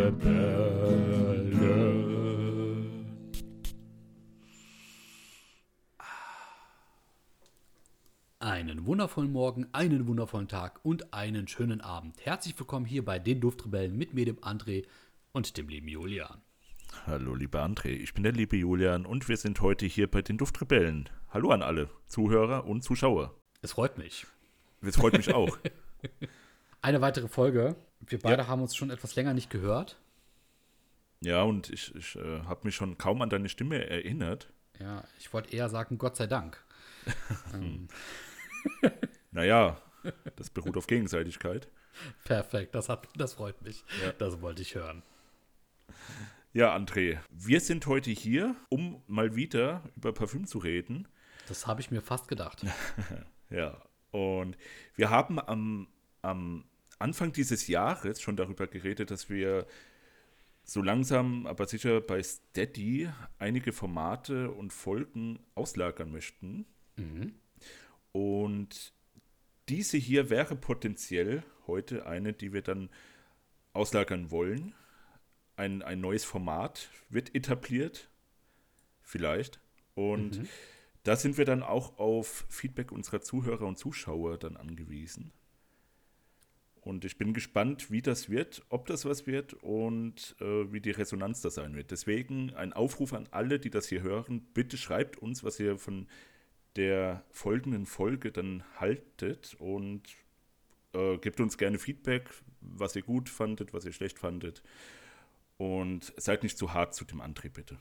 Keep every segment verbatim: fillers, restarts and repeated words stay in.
Duftrebellen. Einen wundervollen Morgen, einen wundervollen Tag und einen schönen Abend. Herzlich willkommen hier bei den Duftrebellen mit mir, dem André und dem lieben Julian. Hallo lieber André, ich bin der liebe Julian und wir sind heute hier bei den Duftrebellen. Hallo an alle Zuhörer und Zuschauer. Es freut mich. Es freut mich auch. Eine weitere Folge. Wir beide Ja. haben uns schon etwas länger nicht gehört. Ja, und ich, ich äh, habe mich schon kaum an deine Stimme erinnert. Ja, ich wollte eher sagen, Gott sei Dank. ähm, Naja, das beruht auf Gegenseitigkeit. perfekt, das, hat, das freut mich. Ja. Das wollte ich hören. Ja, André, wir sind heute hier, um mal wieder über Parfüm zu reden. Das habe ich mir fast gedacht. Ja, und wir haben am, am Anfang dieses Jahres schon darüber geredet, dass wir so langsam, aber sicher bei Steady einige Formate und Folgen auslagern möchten. Mhm. Und diese hier wäre potenziell heute eine, die wir dann auslagern wollen. Ein, ein neues Format wird etabliert, vielleicht. Und Mhm. da sind wir dann auch auf Feedback unserer Zuhörer und Zuschauer dann angewiesen. Und ich bin gespannt, wie das wird, ob das was wird und äh, wie die Resonanz da sein wird. Deswegen ein Aufruf an alle, die das hier hören. Bitte schreibt uns, was ihr von der folgenden Folge dann haltet und äh, gebt uns gerne Feedback, was ihr gut fandet, was ihr schlecht fandet. Und seid nicht zu hart zu dem André, bitte.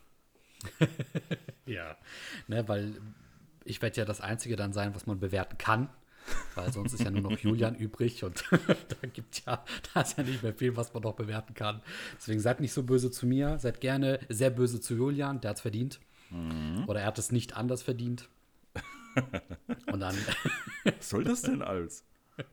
Ja, ne, weil ich werde ja das Einzige dann sein, was man bewerten kann, weil sonst ist ja nur noch Julian übrig und da gibt ja, da ist ja nicht mehr viel, was man noch bewerten kann. Deswegen seid nicht so böse zu mir, seid gerne sehr böse zu Julian, der hat es verdient. Mhm. Oder er hat es nicht anders verdient. Und dann, Was soll das denn als?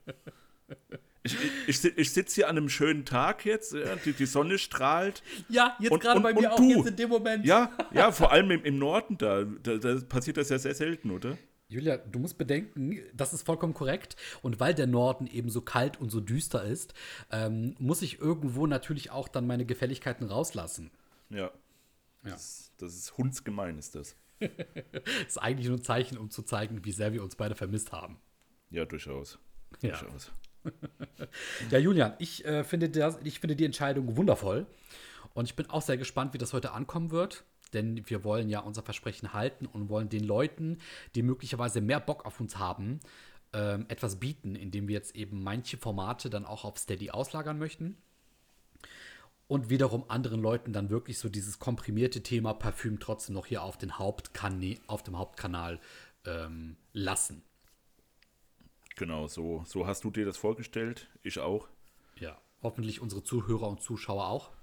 Ich, ich, ich, ich sitze hier an einem schönen Tag jetzt, ja, die, die Sonne strahlt. ja, jetzt Und- gerade und- bei mir und auch, du? jetzt in dem Moment. Ja, ja, vor allem im, im Norden da, da, da passiert das ja sehr selten, oder? Julia, du musst bedenken, das ist vollkommen korrekt. Und weil der Norden eben so kalt und so düster ist, ähm, muss ich irgendwo natürlich auch dann meine Gefälligkeiten rauslassen. Ja. Ja. Das, das ist hundsgemein, ist das. Das ist eigentlich nur ein Zeichen, um zu zeigen, wie sehr wir uns beide vermisst haben. Ja, durchaus. Ja. Durchaus. Ja, Julian, ich, äh, finde das, ich finde die Entscheidung wundervoll. Und ich bin auch sehr gespannt, wie das heute ankommen wird. Denn wir wollen ja unser Versprechen halten und wollen den Leuten, die möglicherweise mehr Bock auf uns haben, ähm, etwas bieten, indem wir jetzt eben manche Formate dann auch auf Steady auslagern möchten. Und wiederum anderen Leuten dann wirklich so dieses komprimierte Thema Parfüm trotzdem noch hier auf, den Hauptkanä- auf dem Hauptkanal ähm, lassen. Genau, so, so hast du dir das vorgestellt. Ich auch. Ja, hoffentlich unsere Zuhörer und Zuschauer auch.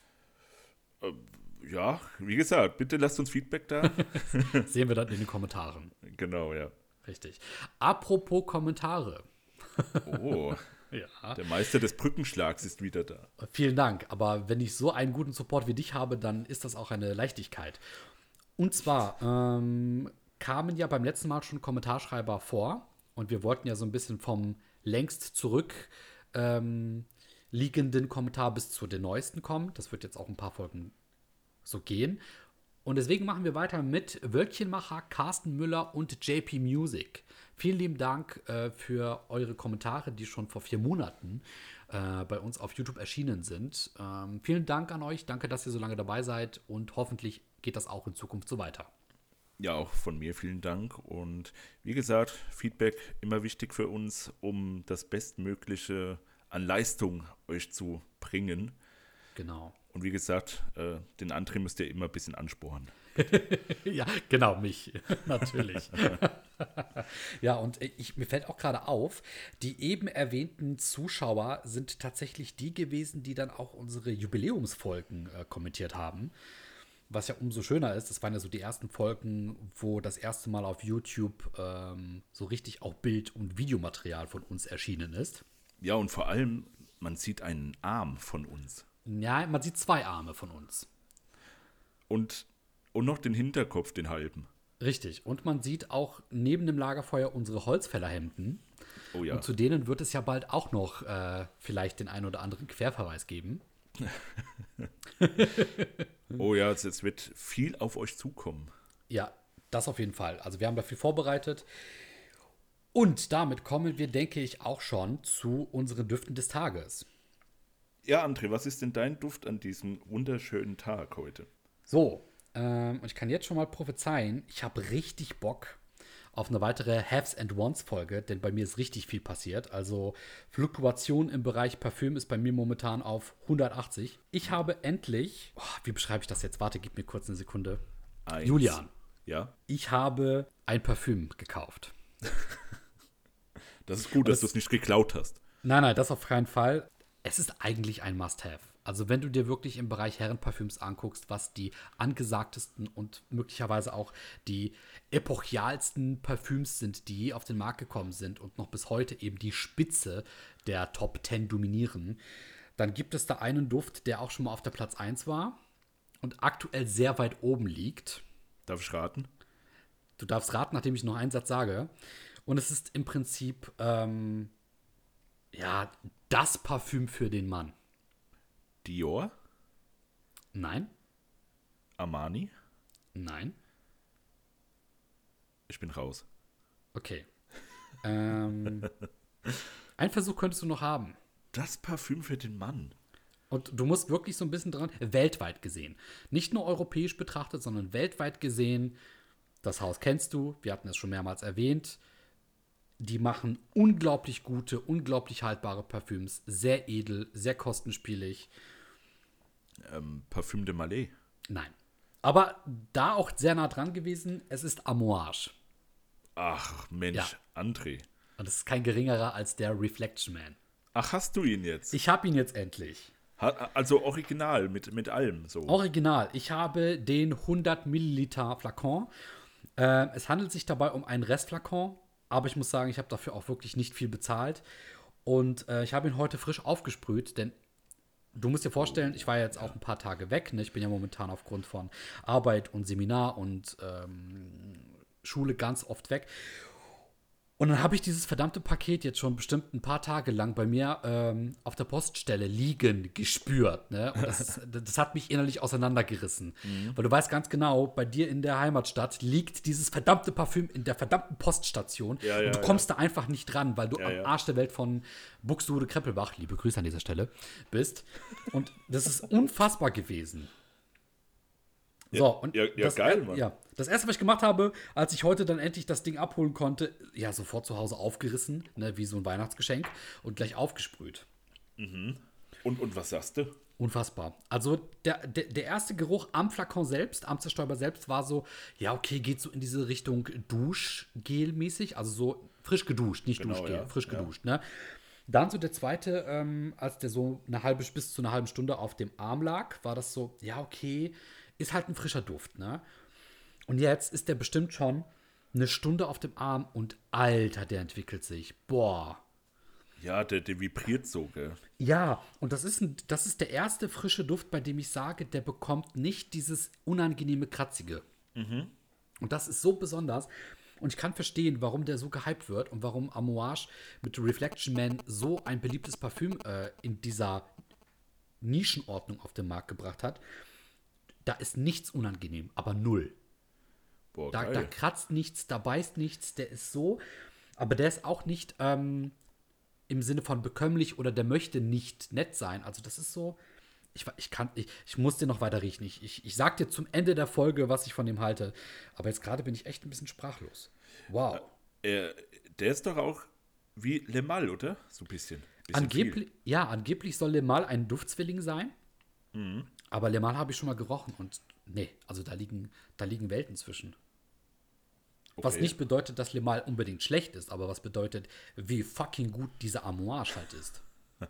Ja, wie gesagt, bitte lasst uns Feedback da. Sehen wir dann in den Kommentaren. Genau, ja. Richtig. Apropos Kommentare. Oh, Ja. der Meister des Brückenschlags ist wieder da. Vielen Dank. Aber wenn ich so einen guten Support wie dich habe, dann ist das auch eine Leichtigkeit. Und zwar ähm, kamen ja beim letzten Mal schon Kommentarschreiber vor. Und wir wollten ja so ein bisschen vom längst zurück ähm, liegenden Kommentar bis zu den neuesten kommen. Das wird jetzt auch ein paar Folgen so gehen. Und deswegen machen wir weiter mit Wölkchenmacher, Carsten Müller und J P Music. Vielen lieben Dank äh, für eure Kommentare, die schon vor vier Monaten äh, bei uns auf YouTube erschienen sind. Ähm, vielen Dank an euch. Danke, dass ihr so lange dabei seid. Und hoffentlich geht das auch in Zukunft so weiter. Ja, auch von mir vielen Dank. Und wie gesagt, Feedback immer wichtig für uns, um das Bestmögliche an Leistung euch zu bringen. Genau. Und wie gesagt, äh, den André müsst ihr immer ein bisschen ansporen. Ja, genau, mich. Natürlich. Ja, und ich, mir fällt auch gerade auf, die eben erwähnten Zuschauer sind tatsächlich die gewesen, die dann auch unsere Jubiläumsfolgen äh, kommentiert haben. Was ja umso schöner ist, das waren ja so die ersten Folgen, wo das erste Mal auf YouTube ähm, so richtig auch Bild- und Videomaterial von uns erschienen ist. Ja, und vor allem, man sieht einen Arm von uns. Ja, man sieht zwei Arme von uns. Und, und noch den Hinterkopf, den halben. Richtig. Und man sieht auch neben dem Lagerfeuer unsere Holzfällerhemden. Oh ja. Und zu denen wird es ja bald auch noch äh, vielleicht den einen oder anderen Querverweis geben. Oh ja, es es wird viel auf euch zukommen. Ja, das auf jeden Fall. Also wir haben da viel vorbereitet. Und damit kommen wir, denke ich, auch schon zu unseren Düften des Tages. Ja, André, was ist denn dein Duft an diesem wunderschönen Tag heute? So, ähm, und ich kann jetzt schon mal prophezeien, ich habe richtig Bock auf eine weitere Haves and Wants Folge, denn bei mir ist richtig viel passiert. Also Fluktuation im Bereich Parfüm ist bei mir momentan auf hundertachtzig. Ich habe endlich, oh, wie beschreibe ich das jetzt? Warte, gib mir kurz eine Sekunde. Eins. Julian, Ja, ich habe ein Parfüm gekauft. das ist gut, dass das- du es nicht geklaut hast. Nein, nein, das auf keinen Fall. Es ist eigentlich ein Must-Have. Also wenn du dir wirklich im Bereich Herrenparfüms anguckst, was die angesagtesten und möglicherweise auch die epochialsten Parfüms sind, die je auf den Markt gekommen sind und noch bis heute eben die Spitze der Top zehn dominieren, dann gibt es da einen Duft, der auch schon mal auf der Platz eins war und aktuell sehr weit oben liegt. Darf ich raten? Du darfst raten, nachdem ich noch einen Satz sage. Und es ist im Prinzip ähm, ja, das Parfüm für den Mann. Dior? Nein, Armani? nein, Ich bin raus. okay. ähm, einen Versuch könntest du noch haben. Das Parfüm für den Mann. Und du musst wirklich so ein bisschen dran, weltweit gesehen. Nicht nur europäisch betrachtet, sondern weltweit gesehen. Das Haus kennst du, wir hatten es schon mehrmals erwähnt. Die machen unglaublich gute, unglaublich haltbare Parfüms. Sehr edel, sehr kostenspielig. Ähm, Parfüm de Malais. Nein. Aber da auch sehr nah dran gewesen, es ist Amouage. Ach, Mensch, Ja. André. Und es ist kein geringerer als der Reflection Man. Ach, hast du ihn jetzt? Ich habe ihn jetzt endlich. Ha- also original, mit, mit allem so. Original. Ich habe den hundert Milliliter Flakon. Äh, es handelt sich dabei um einen Restflakon, aber ich muss sagen, ich habe dafür auch wirklich nicht viel bezahlt. Und äh, ich habe ihn heute frisch aufgesprüht, denn du musst dir vorstellen, ich war jetzt auch ein paar Tage weg. Ne? Ich bin ja momentan aufgrund von Arbeit und Seminar und ähm, Schule ganz oft weg. Und dann habe ich dieses verdammte Paket jetzt schon bestimmt ein paar Tage lang bei mir ähm, auf der Poststelle liegen gespürt. Ne? Und das, ist, das hat mich innerlich auseinandergerissen. Mhm. Weil du weißt ganz genau, bei dir in der Heimatstadt liegt dieses verdammte Parfüm in der verdammten Poststation. Ja, ja, und du kommst da einfach nicht dran, weil du Ja, am ja. Arsch der Welt von Buxtehude Kreppelbach, liebe Grüße an dieser Stelle, bist. Und das ist unfassbar gewesen. So, und ja, ja, das, geil, Mann. ja, das erste, was ich gemacht habe, als ich heute dann endlich das Ding abholen konnte, ja, sofort zu Hause aufgerissen, ne, wie so ein Weihnachtsgeschenk und gleich aufgesprüht. Und, und was sagst du? Unfassbar. Also der, der, der erste Geruch am Flakon selbst, am Zerstäuber selbst, war so, ja, okay, geht so in diese Richtung Duschgel-mäßig, also so frisch geduscht, nicht Genau, Duschgel, ja, frisch ja. geduscht, ne? Dann so der zweite, ähm, als der so eine halbe bis zu einer halben Stunde auf dem Arm lag, war das so, ja, okay, ist halt ein frischer Duft, ne? Und jetzt ist der bestimmt schon eine Stunde auf dem Arm und Alter, der entwickelt sich. Boah. Ja, der, der vibriert so, gell? Ja, und das ist, ein, das ist der erste frische Duft, bei dem ich sage, der bekommt nicht dieses unangenehme Kratzige. Und das ist so besonders. Und ich kann verstehen, warum der so gehypt wird und warum Amouage mit Reflection Man so ein beliebtes Parfüm äh, in dieser Nischenordnung auf den Markt gebracht hat. Da ist nichts unangenehm, aber null. Boah, Da, geil. da kratzt nichts, da beißt nichts, der ist so. Aber der ist auch nicht ähm, im Sinne von bekömmlich oder der möchte nicht nett sein. Also das ist so, ich, wa- ich kann, ich, ich muss den noch weiter riechen. Ich, ich, ich sag dir zum Ende der Folge, was ich von dem halte. Aber jetzt gerade bin ich echt ein bisschen sprachlos. Wow. äh, der ist doch auch wie Le Mal, oder? So ein bisschen. bisschen Angeblich, ja, angeblich soll Le Mal ein Duftzwilling sein. Mhm. Aber Le Mal habe ich schon mal gerochen und nee, also da liegen, da liegen Welten zwischen. viel. Was Okay. nicht bedeutet, dass Le Mal unbedingt schlecht ist, aber was bedeutet, wie fucking gut dieser Amouage halt ist.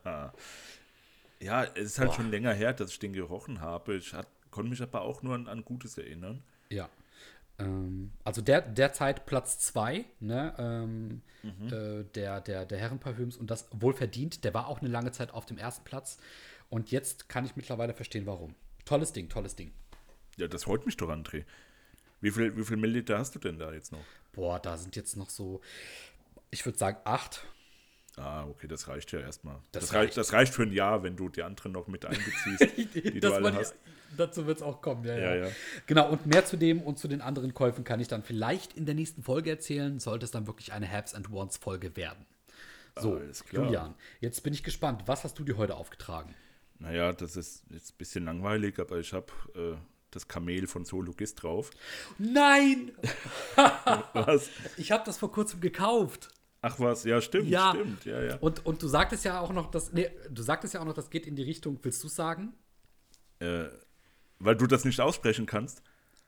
Ja, es ist halt Boah. schon länger her, dass ich den gerochen habe. Ich hat, konnte mich aber auch nur an, an Gutes erinnern. Ja. Ähm, also der, derzeit Platz zwei, ne, ähm, äh, der, der, der Herrenparfüms und das wohlverdient. Der war auch eine lange Zeit auf dem ersten Platz. Und jetzt kann ich mittlerweile verstehen, warum. Tolles Ding, tolles Ding. Ja, das freut mich doch, André. Wie viel, wie viel Milliliter hast du denn da jetzt noch? Boah, da sind jetzt noch so, ich würde sagen, acht. Ah, okay, das reicht ja erstmal. Das Das, reicht. reicht, das reicht für ein Jahr, wenn du die anderen noch mit einbeziehst, die du Das alle wollte hast. ich, dazu wird es auch kommen, ja, ja, Ja, ja. Genau, und mehr zu dem und zu den anderen Käufen kann ich dann vielleicht in der nächsten Folge erzählen, sollte es dann wirklich eine Haves and Wants Folge werden. So, Alles klar. Julian, jetzt bin ich gespannt. Was hast du dir heute aufgetragen? Naja, das ist jetzt ein bisschen langweilig, aber ich habe äh, das Kamel von Zoologist drauf. Nein! Was? Ich habe das vor kurzem gekauft. Ach was, ja, stimmt, Ja. stimmt, ja, ja. Und, und du sagtest ja auch noch, dass, nee, du sagtest ja auch noch, das geht in die Richtung, willst du sagen? Äh, weil du das nicht aussprechen kannst.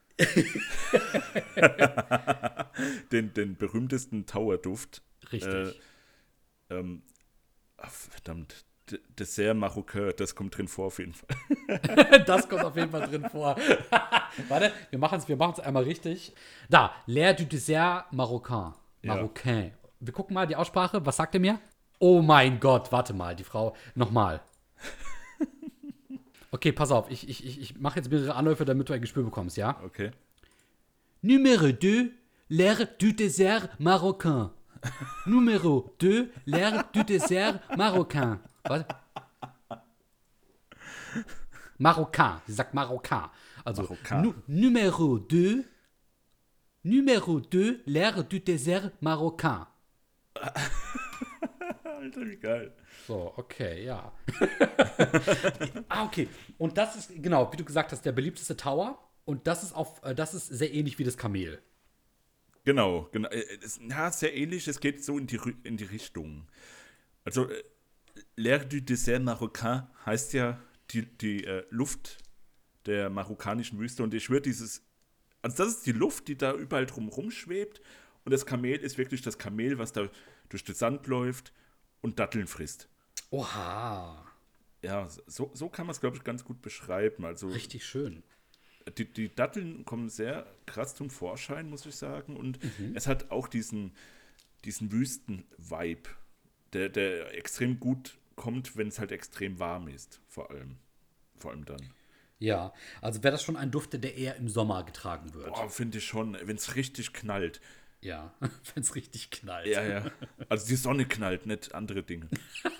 den, den berühmtesten Tower-Duft. Richtig. Äh, ähm, ach, verdammt, D- Dessert Marocain, das kommt drin vor auf jeden Fall. Das kommt auf jeden Fall drin vor. Warte, wir machen es wir machen's einmal richtig. Da, L'air du dessert marocain. Ja. Marocain. Wir gucken mal die Aussprache. Was sagt er mir? Oh mein Gott, warte mal, die Frau. Nochmal. Okay, pass auf. Ich, ich, ich, ich mache jetzt mehrere Anläufe, damit du ein Gespür bekommst, ja? Okay. Numéro deux, l'air du dessert marocain. Numéro deux, l'air du dessert marocain. Was? Marocain. Sie sagt Marocain. Also Marocain. nu, Numéro deux, Numéro deux, l'air du dessert marocain. Alter, wie geil. So, okay, ja. Ah, okay. Und das ist, genau, wie du gesagt hast, der beliebteste Tower. Und das ist, auf, äh, das ist sehr ähnlich wie das Kamel. Genau, genau. Äh, es- Ja, sehr ähnlich, es geht so in die, Rü- in die Richtung. Also, äh, L'air du dessert marocain heißt ja die, die äh, Luft der marokkanischen Wüste. Und ich schwöre, dieses, also das ist die Luft, die da überall drum rumschwebt. Und das Kamel ist wirklich das Kamel, was da durch den Sand läuft und Datteln frisst. Oha. Ja, so, so kann man es, glaube ich, ganz gut beschreiben. Also, Richtig schön. die, die Datteln kommen sehr krass zum Vorschein, muss ich sagen. Und es hat auch diesen, diesen Wüsten-Vibe, der, der extrem gut kommt, wenn es halt extrem warm ist, vor allem. Vor allem dann. Ja, also wäre das schon ein Duft, der eher im Sommer getragen wird. Boah, finde ich schon, wenn es richtig knallt. Ja, wenn es richtig knallt. Ja, ja. Also die Sonne knallt, nicht andere Dinge.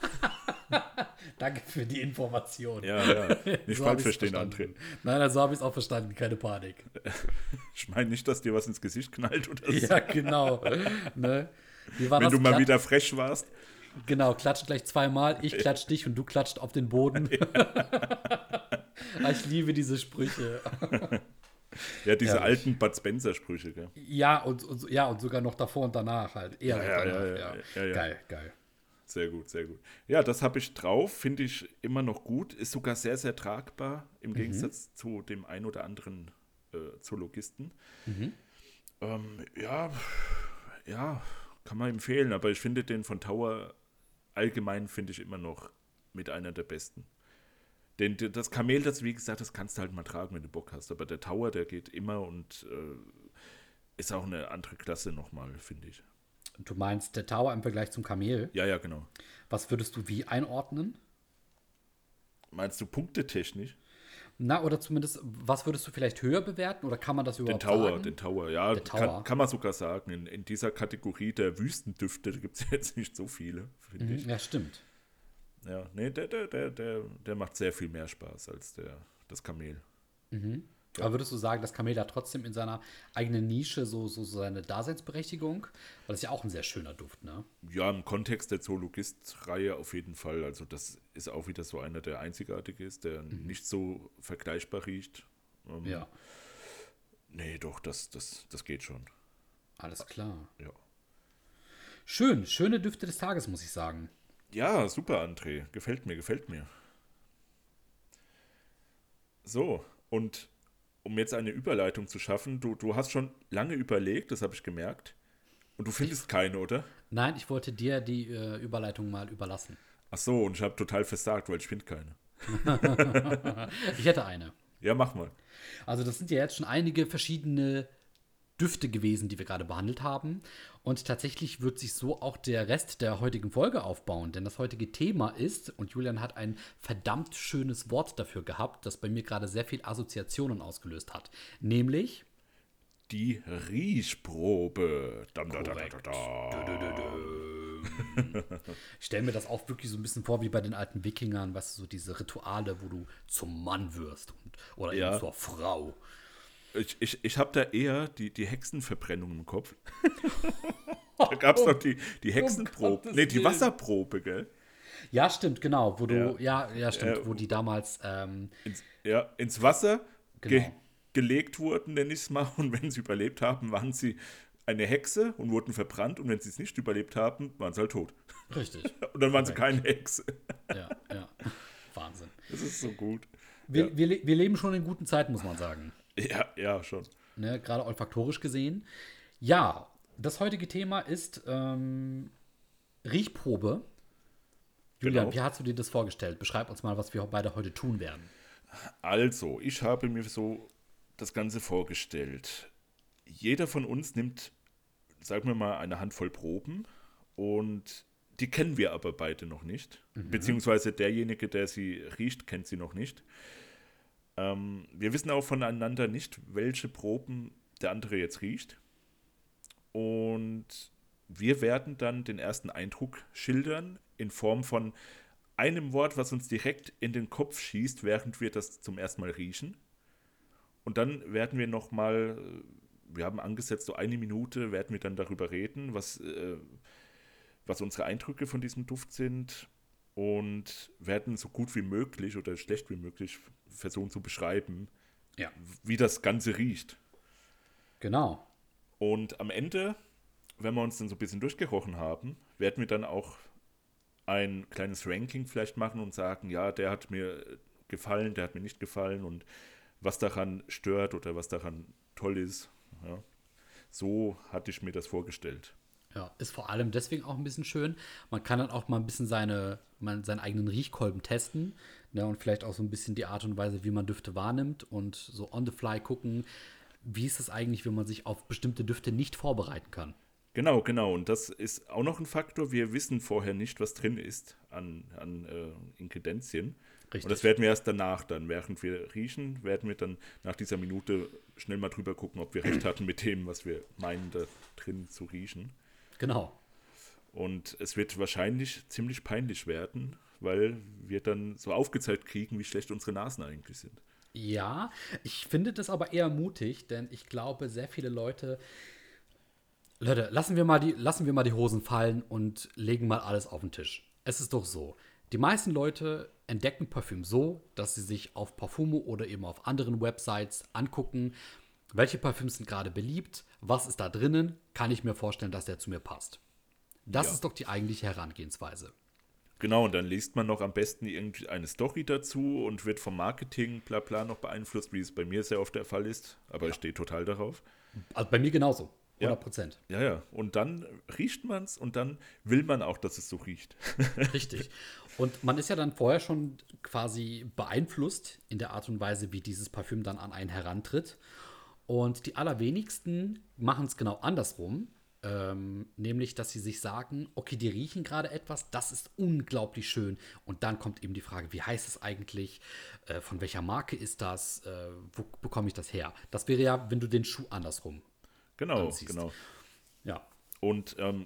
Danke für die Information. Ja, ja. Nicht So hab falsch ich's verstehen, verstanden. André. Nein, also habe ich es auch verstanden, keine Panik. Ich meine nicht, dass dir was ins Gesicht knallt oder so. Ja, genau. Ne? Wie war Wenn das? du mal Kla- wieder frech warst. Genau, klatscht gleich zweimal. Ich klatsch dich und du klatscht auf den Boden. Ah, ich liebe diese Sprüche. Ja, diese Herrlich. alten Bud Spencer-Sprüche, gell? Ja und, und, ja, und sogar noch davor und danach halt. Eher Ja, noch ja, danach, ja, ja, ja, ja, ja. Geil, geil. Sehr gut, sehr gut. Ja, das habe ich drauf, finde ich immer noch gut. Ist sogar sehr, sehr tragbar, im Gegensatz zu dem ein oder anderen äh, Zoologisten. Ähm, ja, ja, kann man empfehlen, aber ich finde den von Tower allgemein, finde ich immer noch mit einer der besten. Den, den, das Kamel, das wie gesagt, das kannst du halt mal tragen, wenn du Bock hast. Aber der Tower, der geht immer und äh, ist auch eine andere Klasse nochmal, finde ich. Du meinst der Tower im Vergleich zum Kamel. Ja, ja, genau. Was würdest du wie einordnen? Meinst du punktetechnisch? Na, oder zumindest, was würdest du vielleicht höher bewerten? Oder kann man das Den überhaupt Tower, sagen? den Tower, ja, Der Tower. Kann, kann man sogar sagen. In, in dieser Kategorie der Wüstendüfte gibt es jetzt nicht so viele, finde Mhm, ich. ja, stimmt. Ja, nee, der, der, der, der, der macht sehr viel mehr Spaß als der, das Kamel. Aber würdest du sagen, das Kamel hat trotzdem in seiner eigenen Nische so, so seine Daseinsberechtigung? Weil das ist ja auch ein sehr schöner Duft, ne? Ja, im Kontext der Zoologist-Reihe auf jeden Fall. Also das ist auch wieder so einer, der einzigartig ist, der nicht so vergleichbar riecht. Ähm, Ja, Nee, doch, das, das, das geht schon. alles klar. Ja. Schön, schöne Düfte des Tages, muss ich sagen. Ja, super, André. Gefällt mir, gefällt mir. So, und um jetzt eine Überleitung zu schaffen, du, du hast schon lange überlegt, das habe ich gemerkt. Und du findest keine, oder? Nein, ich wollte dir die äh, Überleitung mal überlassen. Ach so, und ich habe total versagt, weil ich finde keine. Ich hätte eine. Ja, mach mal. Also das sind ja jetzt schon einige verschiedene Düfte gewesen, die wir gerade behandelt haben. Und tatsächlich wird sich so auch der Rest der heutigen Folge aufbauen. Denn das heutige Thema ist, und Julian hat ein verdammt schönes Wort dafür gehabt, das bei mir gerade sehr viel Assoziationen ausgelöst hat. Nämlich Die Riechprobe. Dam, da, da, da, Korrekt. da, da. Dö, dö, dö, dö. Ich stelle mir das auch wirklich so ein bisschen vor wie bei den alten Wikingern, weißt du, so diese Rituale, wo du zum Mann wirst und, oder eben Ja, zur Frau. ich, ich, ich habe da eher die, die Hexenverbrennung im Kopf. Da gab es Um, noch die, die um Hexenprobe, nee, Gottes die Willen. Wasserprobe, gell? Ja, stimmt, genau, wo Ja, du, ja, ja, äh, stimmt, wo die damals, ähm, ins, ja, ins Wasser ge genau, gelegt wurden, nenne ich es mal. Und wenn sie überlebt haben, waren sie eine Hexe und wurden verbrannt. Und wenn sie es nicht überlebt haben, waren sie halt tot. richtig, Und dann waren sie korrekt. keine Hexe. Ja, ja, Wahnsinn. Das ist so gut. Ja, Wir, wir, le- wir leben schon in guten Zeiten, muss man sagen. ja, ja, schon. Ne, gerade olfaktorisch gesehen. Ja, das heutige Thema ist ähm, Riechprobe. Julian, Genau. wie hast du dir das vorgestellt? Beschreib uns mal, was wir beide heute tun werden. Also, ich habe mir so das Ganze vorgestellt. Jeder von uns nimmt, sagen wir mal, eine Handvoll Proben und die kennen wir aber beide noch nicht. Beziehungsweise derjenige, der sie riecht, kennt sie noch nicht. Ähm, wir wissen auch voneinander nicht, welche Proben der andere jetzt riecht. Und wir werden dann den ersten Eindruck schildern in Form von einem Wort, was uns direkt in den Kopf schießt, während wir das zum ersten Mal riechen. Und dann werden wir nochmal, wir haben angesetzt, so eine Minute werden wir dann darüber reden, was, äh, was unsere Eindrücke von diesem Duft sind und werden so gut wie möglich oder schlecht wie möglich versuchen zu beschreiben, Ja. wie das Ganze riecht. Genau. Und am Ende, wenn wir uns dann so ein bisschen durchgerochen haben, werden wir dann auch ein kleines Ranking vielleicht machen und sagen, ja, der hat mir gefallen, der hat mir nicht gefallen und was daran stört oder was daran toll ist. Ja. So hatte ich mir das vorgestellt. Ja, ist vor allem deswegen auch ein bisschen schön. Man kann dann auch mal ein bisschen seine, man, seinen eigenen Riechkolben testen, ne, und vielleicht auch so ein bisschen die Art und Weise, wie man Düfte wahrnimmt und so on the fly gucken, wie ist es eigentlich, wenn man sich auf bestimmte Düfte nicht vorbereiten kann. Genau, genau. Und das ist auch noch ein Faktor. Wir wissen vorher nicht, was drin ist an, an äh, Inkredenzien. Und das Richtig. werden wir erst danach dann. Während wir riechen, werden wir dann nach dieser Minute schnell mal drüber gucken, ob wir recht hatten mit dem, was wir meinen, da drin zu riechen. Genau. Und es wird wahrscheinlich ziemlich peinlich werden, weil wir dann so aufgezeigt kriegen, wie schlecht unsere Nasen eigentlich sind. Ja, ich finde das aber eher mutig, denn ich glaube, sehr viele Leute. Leute, lassen wir mal die, lassen wir mal die Hosen fallen und legen mal alles auf den Tisch. Es ist doch so. Die meisten Leute entdecken Parfüm so, dass sie sich auf Parfumo oder eben auf anderen Websites angucken, welche Parfüms sind gerade beliebt, was ist da drinnen, kann ich mir vorstellen, dass der zu mir passt. Das Ja. ist doch die eigentliche Herangehensweise. Genau, und dann liest man noch am besten irgendwie eine Story dazu und wird vom Marketing bla bla noch beeinflusst, wie es bei mir sehr oft der Fall ist. Aber ich stehe total darauf. Also bei mir genauso. Ja. hundert Prozent. Ja, ja. Und dann riecht man es und dann will man auch, dass es so riecht. Richtig. Und man ist ja dann vorher schon quasi beeinflusst in der Art und Weise, wie dieses Parfüm dann an einen herantritt. Und die allerwenigsten machen es genau andersrum. Ähm, nämlich, dass sie sich sagen, okay, die riechen gerade etwas, das ist unglaublich schön. Und dann kommt eben die Frage, wie heißt es eigentlich? Äh, von welcher Marke ist das? Äh, wo bekomme ich das her? Das wäre ja, wenn du den Schuh andersrum Genau, anziehst. genau. Ja, Und ähm,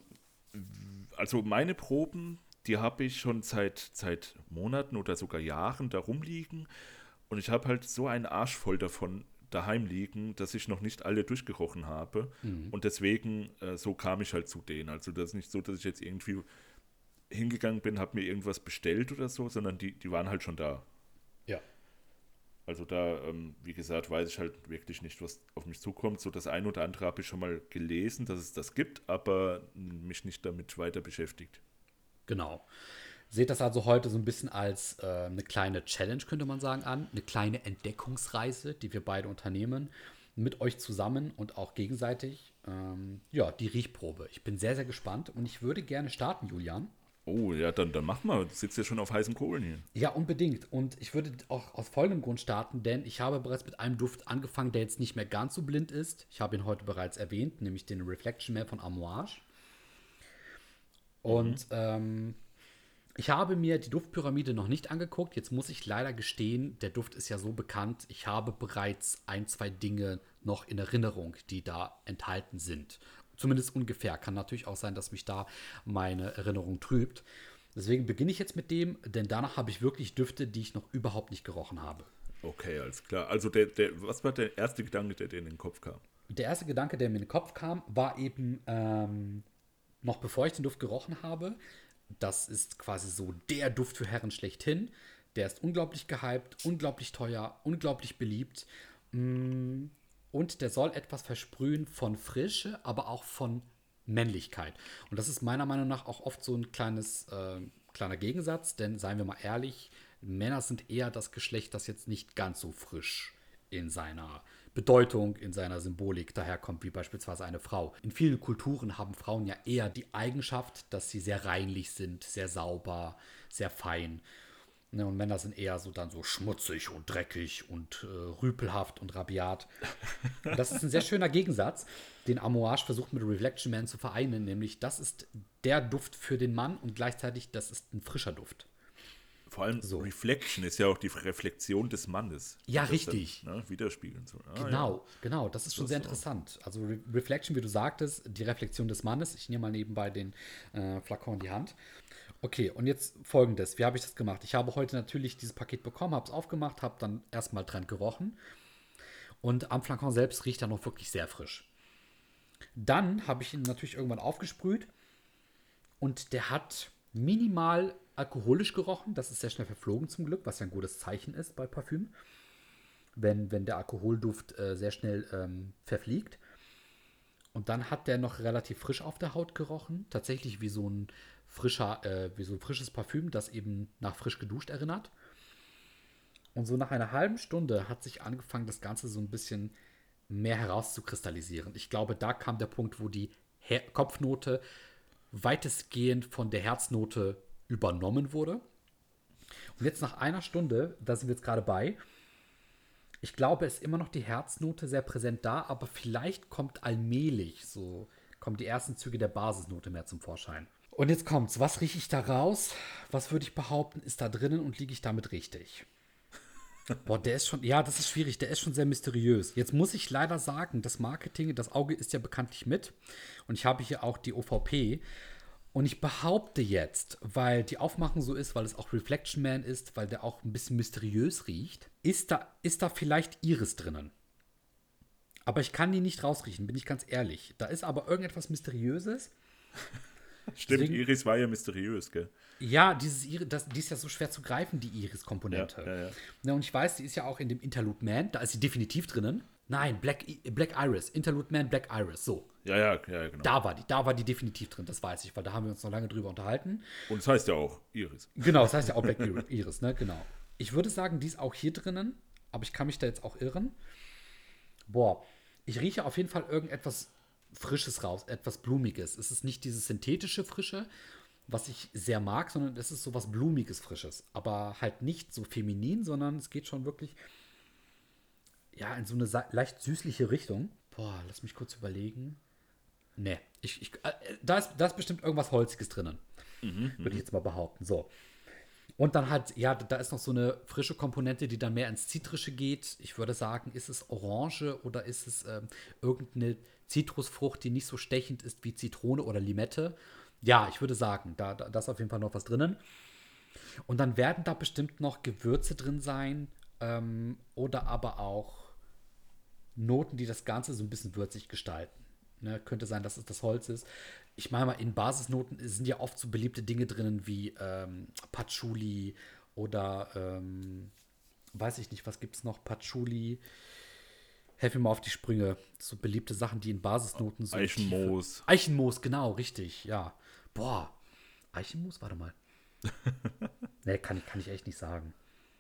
also meine Proben, die habe ich schon seit, seit Monaten oder sogar Jahren da rumliegen. Und ich habe halt so einen Arsch voll davon daheim liegen, dass ich noch nicht alle durchgerochen habe. Und deswegen, äh, so kam ich halt zu denen. Also das ist nicht so, dass ich jetzt irgendwie hingegangen bin, habe mir irgendwas bestellt oder so, sondern die, die waren halt schon da. ja. Also da, ähm, wie gesagt, weiß ich halt wirklich nicht, was auf mich zukommt. So das eine oder andere habe ich schon mal gelesen, dass es das gibt, aber mich nicht damit weiter beschäftigt. Genau. Seht das also heute so ein bisschen als äh, eine kleine Challenge, könnte man sagen, an. Eine kleine Entdeckungsreise, die wir beide unternehmen. Mit euch zusammen und auch gegenseitig. Ähm, ja, die Riechprobe. Ich bin sehr, sehr gespannt und ich würde gerne starten, Julian. Oh, ja, dann, dann mach mal. Du sitzt ja schon auf heißen Kohlen hier. Ja, unbedingt. Und ich würde auch aus folgendem Grund starten, denn ich habe bereits mit einem Duft angefangen, der jetzt nicht mehr ganz so blind ist. Ich habe ihn heute bereits erwähnt, nämlich den Reflection Man von Amouage. Und ähm, ich habe mir die Duftpyramide noch nicht angeguckt. Jetzt muss ich leider gestehen, der Duft ist ja so bekannt. Ich habe bereits ein, zwei Dinge noch in Erinnerung, die da enthalten sind. Zumindest ungefähr. Kann natürlich auch sein, dass mich da meine Erinnerung trübt. Deswegen beginne ich jetzt mit dem, denn danach habe ich wirklich Düfte, die ich noch überhaupt nicht gerochen habe. Okay, alles klar. Also der, der, was war der erste Gedanke, der dir in den Kopf kam? Der erste Gedanke, der mir in den Kopf kam, war eben, ähm, noch bevor ich den Duft gerochen habe, das ist quasi so der Duft für Herren schlechthin. Der ist unglaublich gehypt, unglaublich teuer, unglaublich beliebt. Mm, Und der soll etwas versprühen von Frische, aber auch von Männlichkeit. Und das ist meiner Meinung nach auch oft so ein kleines, äh, kleiner Gegensatz, denn seien wir mal ehrlich, Männer sind eher das Geschlecht, das jetzt nicht ganz so frisch in seiner Bedeutung, in seiner Symbolik daherkommt, wie beispielsweise eine Frau. In vielen Kulturen haben Frauen ja eher die Eigenschaft, dass sie sehr reinlich sind, sehr sauber, sehr fein. Ne, und Männer sind eher so dann so schmutzig und dreckig und äh, rüpelhaft und rabiat. Und das ist ein sehr schöner Gegensatz, den Amouage versucht mit Reflection Man zu vereinen, nämlich das ist der Duft für den Mann und gleichzeitig das ist ein frischer Duft. Vor allem So. Reflection ist ja auch die Reflexion des Mannes. Ja, Das richtig. Dann, ne, widerspiegeln. So. Ah, Genau, ja. genau, das ist schon Das sehr ist so. interessant. Also Re Reflection, wie du sagtest, die Reflexion des Mannes. Ich nehme mal nebenbei den äh, Flakon in die Hand. Okay, und jetzt folgendes. Wie habe ich das gemacht? Ich habe heute natürlich dieses Paket bekommen, habe es aufgemacht, habe dann erstmal dran gerochen. Und am Flakon selbst riecht er noch wirklich sehr frisch. Dann habe ich ihn natürlich irgendwann aufgesprüht und der hat minimal alkoholisch gerochen. Das ist sehr schnell verflogen zum Glück, was ja ein gutes Zeichen ist bei Parfüm. Wenn, wenn der Alkoholduft äh, sehr schnell ähm, verfliegt. Und dann hat der noch relativ frisch auf der Haut gerochen. Tatsächlich wie so ein frischer, äh, wie so ein frisches Parfüm, das eben nach frisch geduscht erinnert. Und so nach einer halben Stunde hat sich angefangen, das Ganze so ein bisschen mehr herauszukristallisieren. Ich glaube, da kam der Punkt, wo die Her Kopfnote weitestgehend von der Herznote übernommen wurde. Und jetzt nach einer Stunde, da sind wir jetzt gerade bei, ich glaube, es ist immer noch die Herznote sehr präsent da, aber vielleicht kommt allmählich so, kommen die ersten Züge der Basisnote mehr zum Vorschein. Und jetzt kommt's. Was rieche ich da raus? Was würde ich behaupten, ist da drinnen und liege ich damit richtig? Boah, der ist schon, ja, das ist schwierig, der ist schon sehr mysteriös. Jetzt muss ich leider sagen, das Marketing, das Auge ist ja bekanntlich mit. Und ich habe hier auch die O V P. Und ich behaupte jetzt, weil die Aufmachung so ist, weil es auch Reflection Man ist, weil der auch ein bisschen mysteriös riecht, ist da, ist da vielleicht Iris drinnen. Aber ich kann die nicht rausriechen, bin ich ganz ehrlich. Da ist aber irgendetwas Mysteriöses. Stimmt, Deswegen, Iris war ja mysteriös, gell? ja, dieses Iris, das, die ist ja so schwer zu greifen, die Iris-Komponente. Ja, ja, ja. Ja, und ich weiß, die ist ja auch in dem Interlude Man, da ist sie definitiv drinnen. Nein, Black, Black Iris, Interlude Man, Black Iris, so. Ja, ja, ja, genau. Da war die, da war die definitiv drin, das weiß ich, weil da haben wir uns noch lange drüber unterhalten. Und es heißt ja auch Iris. Genau, das heißt ja auch Black Iris, ne, genau. Ich würde sagen, die ist auch hier drinnen, aber ich kann mich da jetzt auch irren. Boah, ich rieche auf jeden Fall irgendetwas Frisches raus, etwas Blumiges. Es ist nicht dieses synthetische Frische, was ich sehr mag, sondern es ist so was Blumiges, Frisches. Aber halt nicht so feminin, sondern es geht schon wirklich, ja, in so eine leicht süßliche Richtung. Boah, lass mich kurz überlegen. Nee, ich, ich, äh, da, ist, da ist bestimmt irgendwas Holziges drinnen. Mhm, würde ich jetzt mal behaupten. So. Und dann halt, ja, da ist noch so eine frische Komponente, die dann mehr ins Zitrische geht. Ich würde sagen, ist es Orange oder ist es ähm, irgendeine Zitrusfrucht, die nicht so stechend ist wie Zitrone oder Limette? Ja, ich würde sagen, da, da, da ist auf jeden Fall noch was drinnen. Und dann werden da bestimmt noch Gewürze drin sein ähm, oder aber auch Noten, die das Ganze so ein bisschen würzig gestalten. Ne, könnte sein, dass es das Holz ist. Ich meine mal, in Basisnoten sind ja oft so beliebte Dinge drinnen wie ähm, Patchouli oder ähm, weiß ich nicht, was gibt es noch? Patchouli. Helf mir mal auf die Sprünge. So beliebte Sachen, die in Basisnoten so. Eichenmoos. Tiefe, Eichenmoos, genau, richtig, ja. Boah, Eichenmoos, warte mal. Nee, kann, kann ich echt nicht sagen.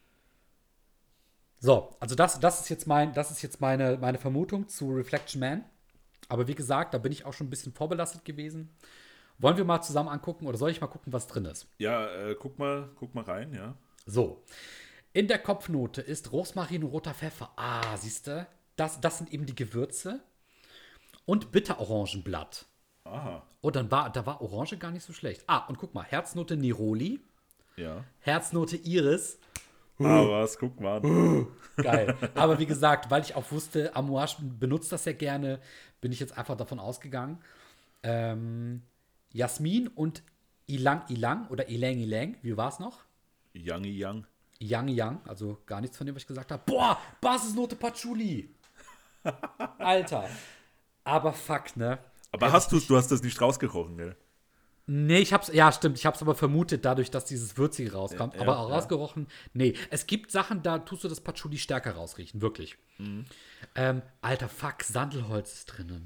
So, also das, das ist jetzt, mein, das ist jetzt meine, meine Vermutung zu Reflection Man. Aber wie gesagt, da bin ich auch schon ein bisschen vorbelastet gewesen. Wollen wir mal zusammen angucken oder soll ich mal gucken, was drin ist? Ja, äh, guck mal, guck mal rein, ja. So, in der Kopfnote ist Rosmarin und roter Pfeffer. Ah, siehst du? Das, das sind eben die Gewürze. Und Bitterorangenblatt. Aha. Oh, dann war, da war Orange gar nicht so schlecht. Ah, und guck mal, Herznote Neroli. Ja. Herznote Iris. Ah, was, guck mal. Geil. Aber wie gesagt, weil ich auch wusste, Amouage benutzt das ja gerne, bin ich jetzt einfach davon ausgegangen. Ähm, Jasmin und Ilang Ilang oder Ilang Ilang, wie war's noch? Young Young. Yang Yang, also gar nichts von dem, was ich gesagt habe. Boah, Basisnote Patchouli. Alter. Aber fuck, ne? Aber Hätte ich hast du nicht. du hast das nicht rausgerochen, gell? Nee, ich hab's, ja, stimmt, ich hab's aber vermutet, dadurch, dass dieses Würzige Ja, rauskommt. Aber ja. auch ja. rausgerochen, nee. Es gibt Sachen, da tust du das Patchouli stärker rausriechen, wirklich. Ähm, alter, fuck, Sandelholz ist drinnen.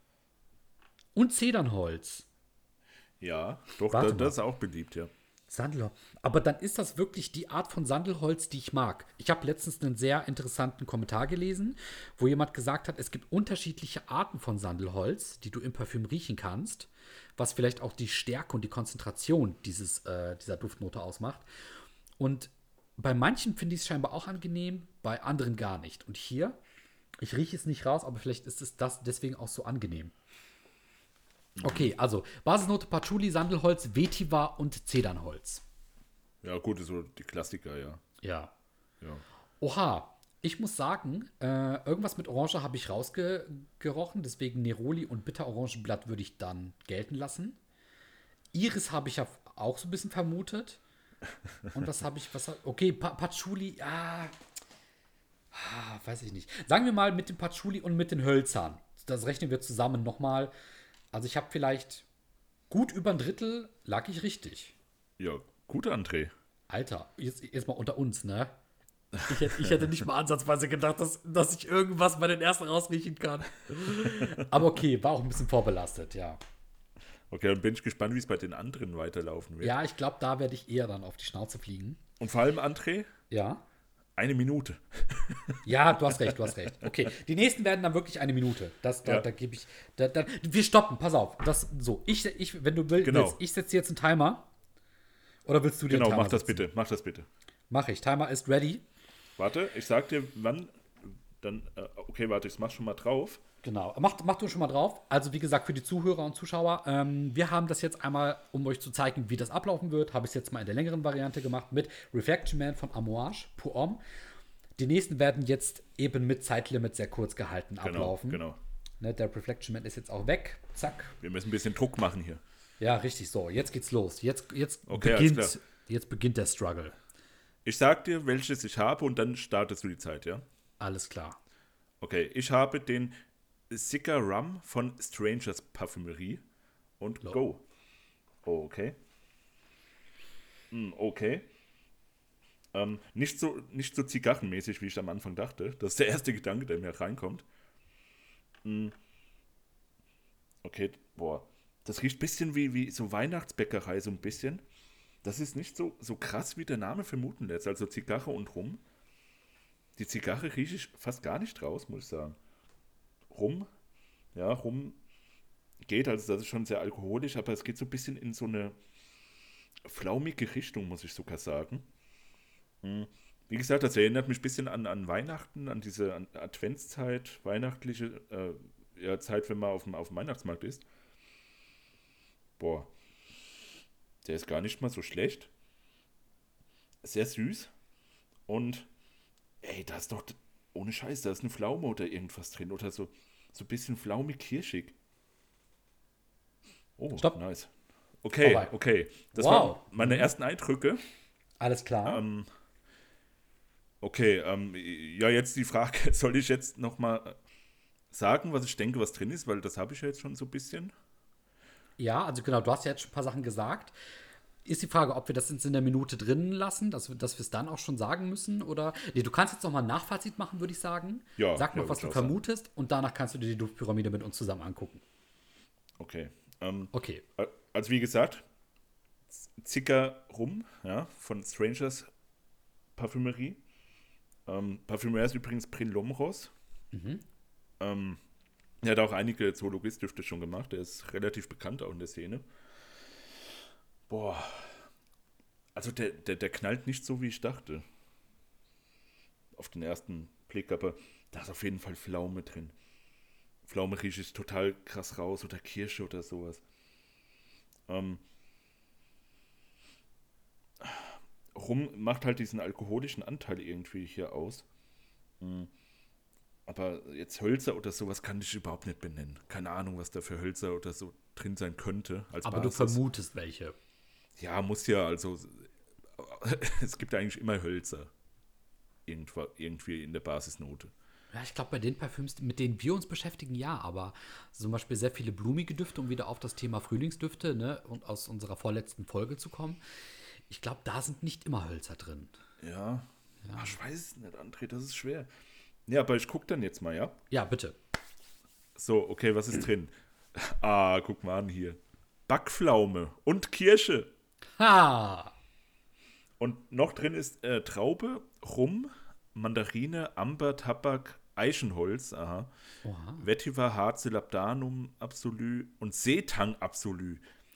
Und Zedernholz. Ja, doch, da, Warte das mal. ist auch beliebt, ja. Sandelholz. Aber dann ist das wirklich die Art von Sandelholz, die ich mag. Ich habe letztens einen sehr interessanten Kommentar gelesen, wo jemand gesagt hat, es gibt unterschiedliche Arten von Sandelholz, die du im Parfüm riechen kannst, was vielleicht auch die Stärke und die Konzentration dieses, äh, dieser Duftnote ausmacht. Und bei manchen finde ich es scheinbar auch angenehm, bei anderen gar nicht. Und hier, ich rieche es nicht raus, aber vielleicht ist es das deswegen auch so angenehm. Okay, also Basisnote Patchouli, Sandelholz, Vetiver und Zedernholz. Ja, gut, so die Klassiker, ja. Ja. ja. Oha, ich muss sagen, äh, irgendwas mit Orange habe ich rausgerochen, deswegen Neroli und Bitterorangenblatt würde ich dann gelten lassen. Iris habe ich ja auch so ein bisschen vermutet. Und was habe ich, was hab, okay, pa Patchouli, ja, ah, weiß ich nicht. Sagen wir mal mit dem Patchouli und mit den Hölzern. Das rechnen wir zusammen nochmal. Also ich habe vielleicht gut über ein Drittel, lag ich richtig. Ja, gut, André. Alter, jetzt, jetzt mal unter uns, ne? Ich hätte, ich hätte nicht mal ansatzweise gedacht, dass, dass ich irgendwas bei den ersten rausriechen kann. Aber okay, war auch ein bisschen vorbelastet, ja. Okay, dann bin ich gespannt, wie es bei den anderen weiterlaufen wird. Ja, ich glaube, da werde ich eher dann auf die Schnauze fliegen. Und vor allem, André, Ja. eine Minute. Ja, du hast recht, du hast recht. Okay, die nächsten werden dann wirklich eine Minute. Das, da, Ja. da gebe ich. Da, da, wir stoppen, pass auf. Das, so, ich, ich, wenn du will, Genau. willst, ich setze dir jetzt einen Timer. Oder willst du dir Genau, einen Timer mach das setzen? bitte, mach das bitte. Mach ich. Timer ist ready. Warte, ich sag dir, wann, dann, äh, okay, warte, ich mach schon mal drauf. Genau. Mach, mach du schon mal drauf. Also, wie gesagt, für die Zuhörer und Zuschauer, ähm, wir haben das jetzt einmal, um euch zu zeigen, wie das ablaufen wird, habe ich es jetzt mal in der längeren Variante gemacht mit Reflection Man von Amouage, Pour Homme. Die nächsten werden jetzt eben mit Zeitlimit sehr kurz gehalten Genau, ablaufen. genau. Ne, der Reflection Man ist jetzt auch weg. Zack. Wir müssen ein bisschen Druck machen hier. Ja, richtig so. Jetzt geht's los. Jetzt, jetzt, Okay, alles beginnt, klar. jetzt beginnt der Struggle. Ich sag dir, welches ich habe und dann startest du die Zeit, ja? Alles klar. Okay, ich habe den Sika Rum von Strangers Parfümerie und So. Go. Oh, okay. Hm, okay. Ähm, nicht so, nicht so zigarrenmäßig, wie ich am Anfang dachte. Das ist der erste Gedanke, der mir reinkommt. Hm. Okay, boah. Das riecht ein bisschen wie, wie so Weihnachtsbäckerei, so ein bisschen. Das ist nicht so, so krass, wie der Name vermuten lässt. Also Zigarre und Rum. Die Zigarre rieche ich fast gar nicht raus, muss ich sagen. Rum, ja, Rum geht, also das ist schon sehr alkoholisch, aber es geht so ein bisschen in so eine flaumige Richtung, muss ich sogar sagen. Hm. Wie gesagt, das erinnert mich ein bisschen an, an Weihnachten, an diese an Adventszeit, weihnachtliche äh, ja, Zeit, wenn man auf dem, auf dem Weihnachtsmarkt ist. Boah, der ist gar nicht mal so schlecht. Sehr süß. Und, ey, da ist doch, ohne Scheiß, da ist eine Pflaume oder irgendwas drin. Oder so, so ein bisschen flaumig-kirschig. Oh, Stopp. nice. Okay, Vorbei. okay. Das Wow. waren meine Mhm. ersten Eindrücke. Alles klar. Ähm, okay, ähm, ja, jetzt die Frage, soll ich jetzt nochmal sagen, was ich denke, was drin ist? Weil das habe ich ja jetzt schon so ein bisschen. Ja, also genau, du hast ja jetzt schon ein paar Sachen gesagt. Ist die Frage, ob wir das jetzt in der Minute drinnen lassen, dass, wir- dass wir es dann auch schon sagen müssen? Oder. Nee, du kannst jetzt noch mal ein Nachfazit machen, würde ich sagen. Ja, Sag ja, noch, was würd ich du auch sagen. vermutest und danach kannst du dir die Duftpyramide mit uns zusammen angucken. Okay. Ähm, Okay. äh, also wie gesagt, Zicker Rum, ja, von Strangers Parfümerie. Ähm, Parfümer ist übrigens Bryn Lomros. Ähm, er hat auch einige Zoologist-Düfte schon gemacht. Er ist relativ bekannt auch in der Szene. Boah. Also der, der, der knallt nicht so, wie ich dachte. Auf den ersten Blick, aber da ist auf jeden Fall Pflaume drin. Pflaume rieche ich total krass raus oder Kirsche oder sowas. Ähm, Rum macht halt diesen alkoholischen Anteil irgendwie hier aus. Mm. Aber jetzt Hölzer oder sowas kann ich überhaupt nicht benennen. Keine Ahnung, was da für Hölzer oder so drin sein könnte als Aber Basis. du vermutest welche. Ja, muss ja, also es gibt ja eigentlich immer Hölzer. Irgendwo, irgendwie in der Basisnote. Ja, ich glaube, bei den Parfüms, mit denen wir uns beschäftigen, ja, aber zum Beispiel sehr viele blumige Düfte, um wieder auf das Thema Frühlingsdüfte, ne, und aus unserer vorletzten Folge zu kommen. Ich glaube, da sind nicht immer Hölzer drin. Ja. ja. Ach, ich weiß es nicht, André, das ist schwer. Ja, aber ich gucke dann jetzt mal, ja? Ja, bitte. So, okay, was ist drin? Ah, guck mal an hier. Backpflaume und Kirsche. Ha! Und noch drin ist äh, Traube, Rum, Mandarine, Amber, Tabak, Eichenholz, aha. Oha. Vetiver, Harze, Labdanum, Absolu und Seetang Absolu.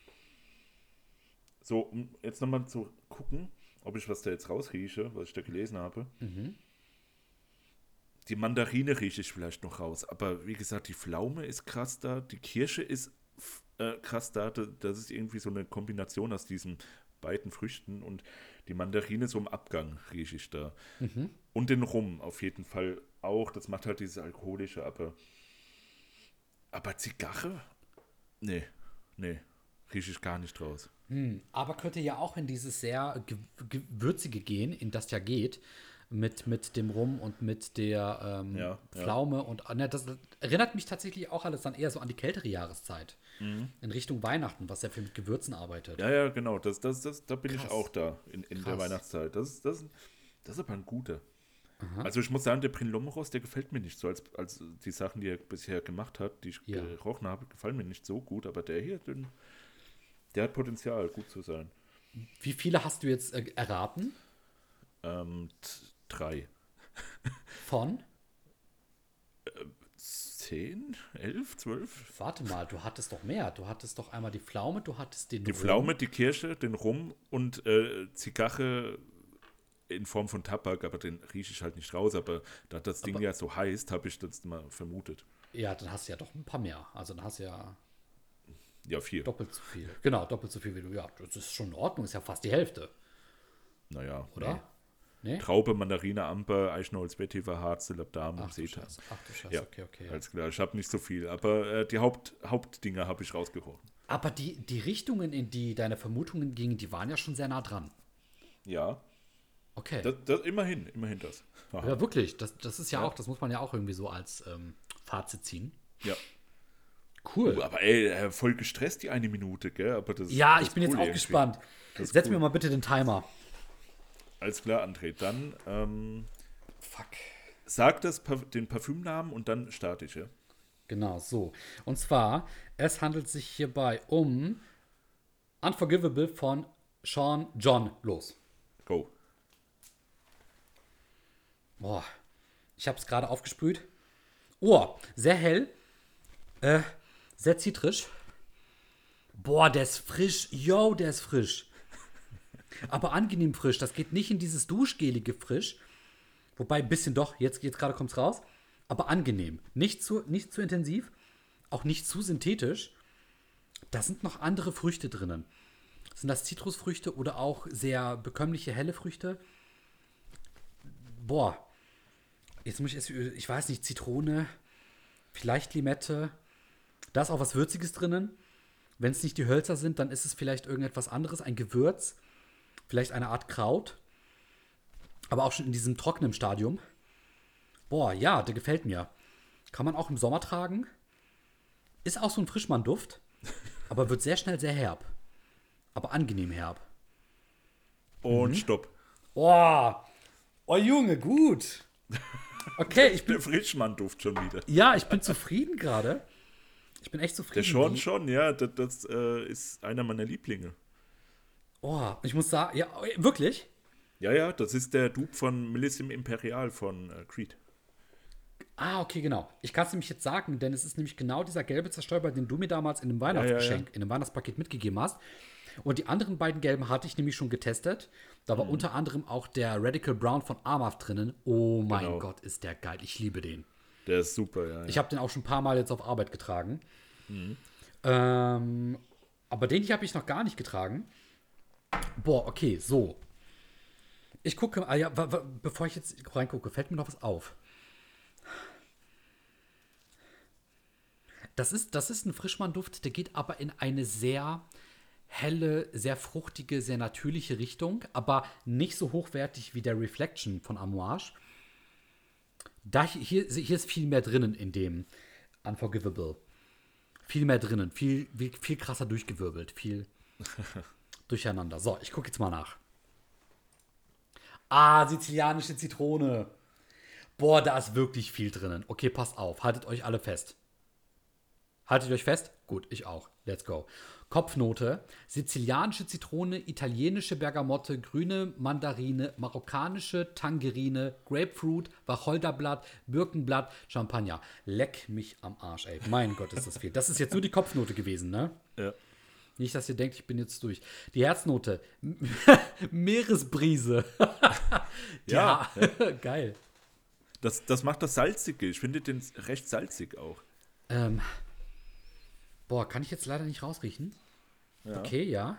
So, um jetzt nochmal zu gucken, ob ich was da jetzt rausrieche, was ich da gelesen habe. Mhm. Die Mandarine rieche ich vielleicht noch raus, aber wie gesagt, die Pflaume ist krass da, die Kirsche ist äh, krass da, das ist irgendwie so eine Kombination aus diesen beiden Früchten und die Mandarine so im Abgang rieche ich da. Mhm. Und den Rum auf jeden Fall auch, das macht halt dieses Alkoholische, aber aber Zigarre? Nee, nee, rieche ich gar nicht raus. Hm, aber könnte ja auch in dieses sehr ge- gewürzige gehen, in das ja geht, mit, mit dem Rum und mit der ähm, Ja, Pflaume. Und ne, das erinnert mich tatsächlich auch alles dann eher so an die kältere Jahreszeit. Mhm. In Richtung Weihnachten, was ja viel mit Gewürzen arbeitet. Ja, ja, genau, das, das, das, da bin Krass. ich auch da in, in der Krass. Weihnachtszeit. Das, ist- das, ist- das ist aber ein guter. Aha. Also ich muss sagen, der Prin-Lommeros, der gefällt mir nicht so, als, als die Sachen, die er bisher gemacht hat, die ich Ja. gerochen habe, gefallen mir nicht so gut, aber der hier, den, der hat Potenzial, gut zu sein. Wie viele hast du jetzt äh, erraten? Ähm, t- drei. Von? Zehn? Elf? Zwölf? Warte mal, du hattest doch mehr. Du hattest doch einmal die Pflaume, du hattest den Die Rum. Pflaume, die Kirsche, den Rum und äh, Zigarre in Form von Tabak, aber den rieche ich halt nicht raus. Aber da das Ding Aber- ja so heißt, habe ich das mal vermutet. Ja, dann hast du ja doch ein paar mehr. Also dann hast du ja Ja, vier. doppelt so viel. Genau, doppelt so viel wie du. Ja, das ist schon in Ordnung. Ist ja fast die Hälfte, Naja, oder? Nee. Nee? Traube, Mandarine, Amber, Eichenholz, Vetiver, Harze, Labdanum, Ach du Seetang. Scheiße. Ach du Scheiße, Ja, okay, okay. alles klar. Ich habe nicht so viel, aber äh, die Haupt, Hauptdinger habe ich rausgerochen. Aber die, die Richtungen, in die deine Vermutungen gingen, die waren ja schon sehr nah dran. Ja, Okay. das, das, immerhin, immerhin das. Aha. ja, wirklich. Das, das ist ja, Ja. auch, das muss man ja auch irgendwie so als ähm, Fazit ziehen. Ja. Cool. Uh, aber ey, äh, voll gestresst die eine Minute, gell? Aber das, ja, das ich ist bin jetzt cool auch irgendwie. gespannt. Das ist Setz cool. mir mal bitte den Timer. Alles klar, André. Dann ähm, Fuck. sag das, Parf- den Parfümnamen und dann starte ich, ja? Genau, so. Und zwar, es handelt sich hierbei um Unforgivable von Sean John. Los. Go. Boah, ich habe es gerade aufgesprüht. Oh, sehr hell. Äh, sehr zitrisch. Boah, der ist frisch. Yo, der ist frisch. Aber angenehm frisch. Das geht nicht in dieses duschgelige frisch. Wobei ein bisschen doch. Jetzt, jetzt gerade kommt es raus. Aber angenehm. Nicht zu, nicht zu intensiv. Auch nicht zu synthetisch. Da sind noch andere Früchte drinnen. Sind das Zitrusfrüchte oder auch sehr bekömmliche helle Früchte? Boah. Jetzt muss ich es, ich weiß nicht, Zitrone, vielleicht Limette. Da ist auch was Würziges drinnen. Wenn es nicht die Hölzer sind, dann ist es vielleicht irgendetwas anderes, ein Gewürz. Vielleicht eine Art Kraut. Aber auch schon in diesem trockenen Stadium. Boah, ja, der gefällt mir. Kann man auch im Sommer tragen. Ist auch so ein Frischmann-Duft. Aber wird sehr schnell sehr herb. Aber angenehm herb. Und stopp. Oh, oh Junge, gut. Okay, ich bin, Der Frischmann-Duft schon wieder. ja, ich bin zufrieden gerade. Ich bin echt zufrieden. Der schon, wie- schon, ja. Das, das äh, ist einer meiner Lieblinge. Oh, ich muss sagen, ja, wirklich? Ja, ja, das ist der Dupe von Millissim Imperial von äh, Creed. Ah, okay, genau. Ich kann es nämlich jetzt sagen, denn es ist nämlich genau dieser gelbe Zerstäuber, den du mir damals in einem Weihnachtsgeschenk, ja. in einem Weihnachtspaket mitgegeben hast. Und die anderen beiden gelben hatte ich nämlich schon getestet. Da Mhm. war unter anderem auch der Radical Brown von Armaf drinnen. Oh mein Genau. Gott, ist der geil. Ich liebe den. Der ist super, ja. ja. Ich habe den auch schon ein paar Mal jetzt auf Arbeit getragen. Mhm. Ähm, aber den hier habe ich noch gar nicht getragen. Boah, okay, so. Ich gucke, ah ja, wa- wa- bevor ich jetzt reingucke, fällt mir noch was auf. Das ist, das ist ein Frischmann-Duft, der geht aber in eine sehr helle, sehr fruchtige, sehr natürliche Richtung, aber nicht so hochwertig wie der Reflection von Amouage. Da hier, hier ist viel mehr drinnen in dem Unforgivable. Viel mehr drinnen, viel, viel, viel krasser durchgewirbelt, viel durcheinander. So, ich gucke jetzt mal nach. Ah, sizilianische Zitrone. Boah, da ist wirklich viel drinnen. Okay, passt auf, haltet euch alle fest. Haltet euch fest? Gut, ich auch. Let's go. Kopfnote: sizilianische Zitrone, italienische Bergamotte, grüne Mandarine, marokkanische Tangerine, Grapefruit, Wacholderblatt, Birkenblatt, Champagner. Leck mich am Arsch, ey. Mein Gott, ist das viel. Das ist jetzt nur die Kopfnote gewesen, ne? Ja. Nicht, dass ihr denkt, ich bin jetzt durch. Die Herznote: Meeresbrise. Ja, ja. Geil. Das, das macht das Salzige. Ich finde den recht salzig auch. Ähm. Boah, kann ich jetzt leider nicht rausriechen. Ja. Okay, ja.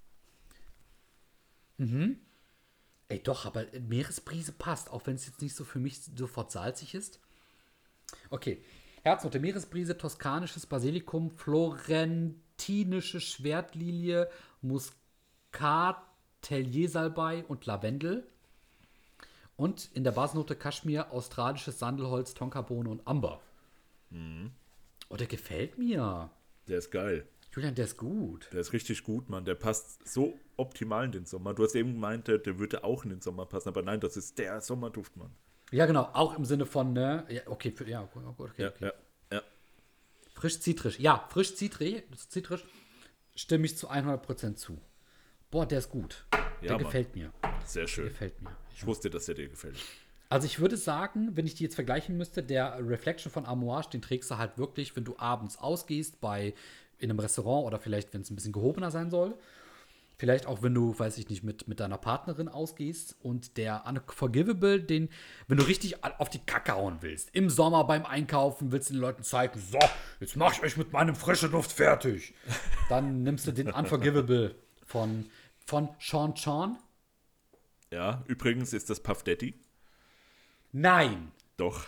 Mhm. Ey, doch, aber Meeresbrise passt, auch wenn es jetzt nicht so für mich sofort salzig ist. Okay. Herznote: Meeresbrise, toskanisches Basilikum, florentinische Schwertlilie, Muskat, Telliersalbei und Lavendel. Und in der Basnote Kaschmir, australisches Sandelholz, Tonkabohne und Amber. Mhm. Oh, der gefällt mir. Der ist geil. Julian, der ist gut. Der ist richtig gut, Mann. Der passt so optimal in den Sommer. Du hast eben gemeint, der, der würde auch in den Sommer passen, aber nein, das ist der Sommerduft, Mann. Ja, genau. Auch im Sinne von, ne? Ja, okay, für, ja, okay, okay, Ja, okay. ja, ja. Frisch zitrisch. Ja, frisch zitri, zitrisch stimme ich zu hundert Prozent zu. Boah, der ist gut. Der Ja, Mann. gefällt mir. Sehr Der schön. gefällt mir. Ich wusste, dass der dir gefällt. Also ich würde sagen, wenn ich die jetzt vergleichen müsste, der Reflection von Amouage, den trägst du halt wirklich, wenn du abends ausgehst, bei in einem Restaurant oder vielleicht, wenn es ein bisschen gehobener sein soll. Vielleicht auch, wenn du, weiß ich nicht, mit, mit deiner Partnerin ausgehst. Und der Unforgivable, den, wenn du richtig auf die Kacke hauen willst, im Sommer beim Einkaufen, willst du den Leuten zeigen, so, jetzt mach ich euch mit meinem frischen Duft fertig. Dann nimmst du den Unforgivable von, von Sean Sean. Ja, übrigens ist das Puff Daddy. Nein. Doch.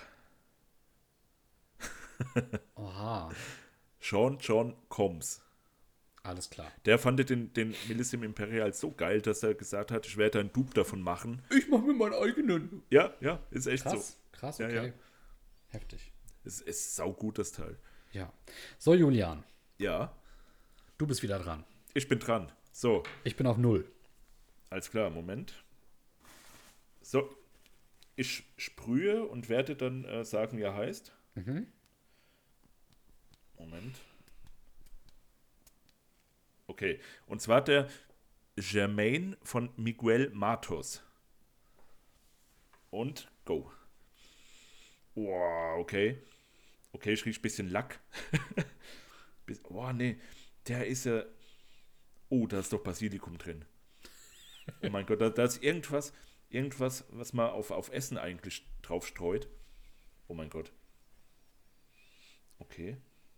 Oha. Sean John Combs. Alles klar. Der fand den, den Millésime Imperial so geil, dass er gesagt hat, ich werde einen Dupe davon machen. Ich mache mir meinen eigenen. Ja, ja, ist echt Krass, so. krass, Ja, okay. ja. Heftig. Es ist saugut, das Teil. Ja. So, Julian, Ja, du bist wieder dran. ich bin dran. So, Ich bin auf Null. alles klar, Moment. So, ich sprühe und werde dann äh, sagen, wie er heißt. Mhm. Moment. Okay, und zwar der Germain von Miguel Matos. Und go. Wow, okay. Okay, ich rieche ein bisschen Lack. Bis- oh, nee, der ist ja... Oh, da ist doch Basilikum drin. Oh mein Gott, da, da ist irgendwas, irgendwas, was man auf, auf Essen eigentlich drauf streut. Oh mein Gott. Okay.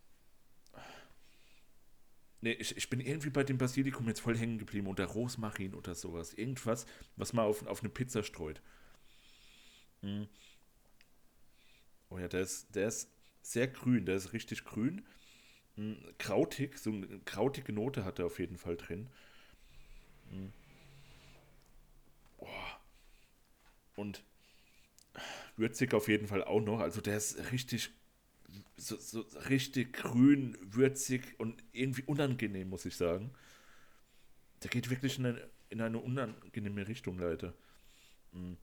Nee, ich, ich bin irgendwie bei dem Basilikum jetzt voll hängen geblieben oder Rosmarin oder sowas. Irgendwas, was man auf, auf eine Pizza streut. Hm. Oh ja, der ist, der ist sehr grün, der ist richtig grün. Hm, krautig, so eine krautige Note hat er auf jeden Fall drin. Hm. Oh. Und würzig auf jeden Fall auch noch. Also der ist richtig so, so richtig grün, würzig und irgendwie unangenehm, muss ich sagen. Der geht wirklich in eine, in eine unangenehme Richtung, Leute. Hm.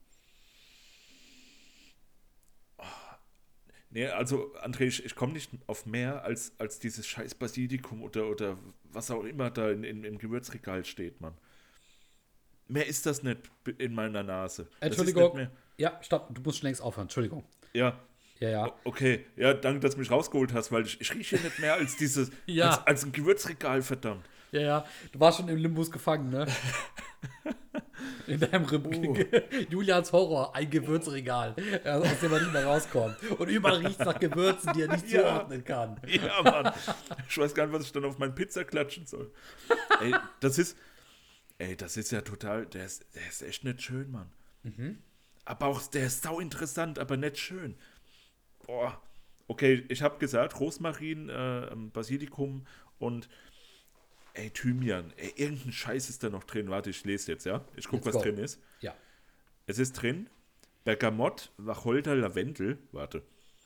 Oh. Nee, also, André, ich, ich komme nicht auf mehr als, als dieses scheiß Basilikum oder, oder was auch immer da in, in, im Gewürzregal steht, Mann. Mehr ist das nicht in meiner Nase. Das ist Entschuldigung. nicht mehr. Ja, stopp, du musst schon längst aufhören. Entschuldigung. Ja, Ja, ja. o- okay. Ja, danke, dass du mich rausgeholt hast, weil ich, ich rieche hier nicht mehr als dieses, Ja. als, als ein Gewürzregal, verdammt. Ja, ja. Du warst schon im Limbus gefangen, ne? In deinem Re Oh. Julians Horror, ein Gewürzregal, ja, aus dem man nicht mehr rauskommt. Und überall riecht es nach Gewürzen, die er nicht Ja. zuordnen kann. Ja, Mann. Ich weiß gar nicht, was ich dann auf meinen Pizza klatschen soll. Ey, das ist, ey, das ist ja total, der ist, der ist echt nicht schön, Mann. Aber auch, der ist sau interessant, aber nicht schön. Boah, Okay, ich habe gesagt, Rosmarin, äh, ähm, Basilikum und ey, Thymian. Ey, irgendein Scheiß ist da noch drin. Warte, ich lese jetzt, ja? Ich guck, Let's was go. drin ist. Ja. Es ist drin Bergamott, Wacholder, Lavendel. Warte.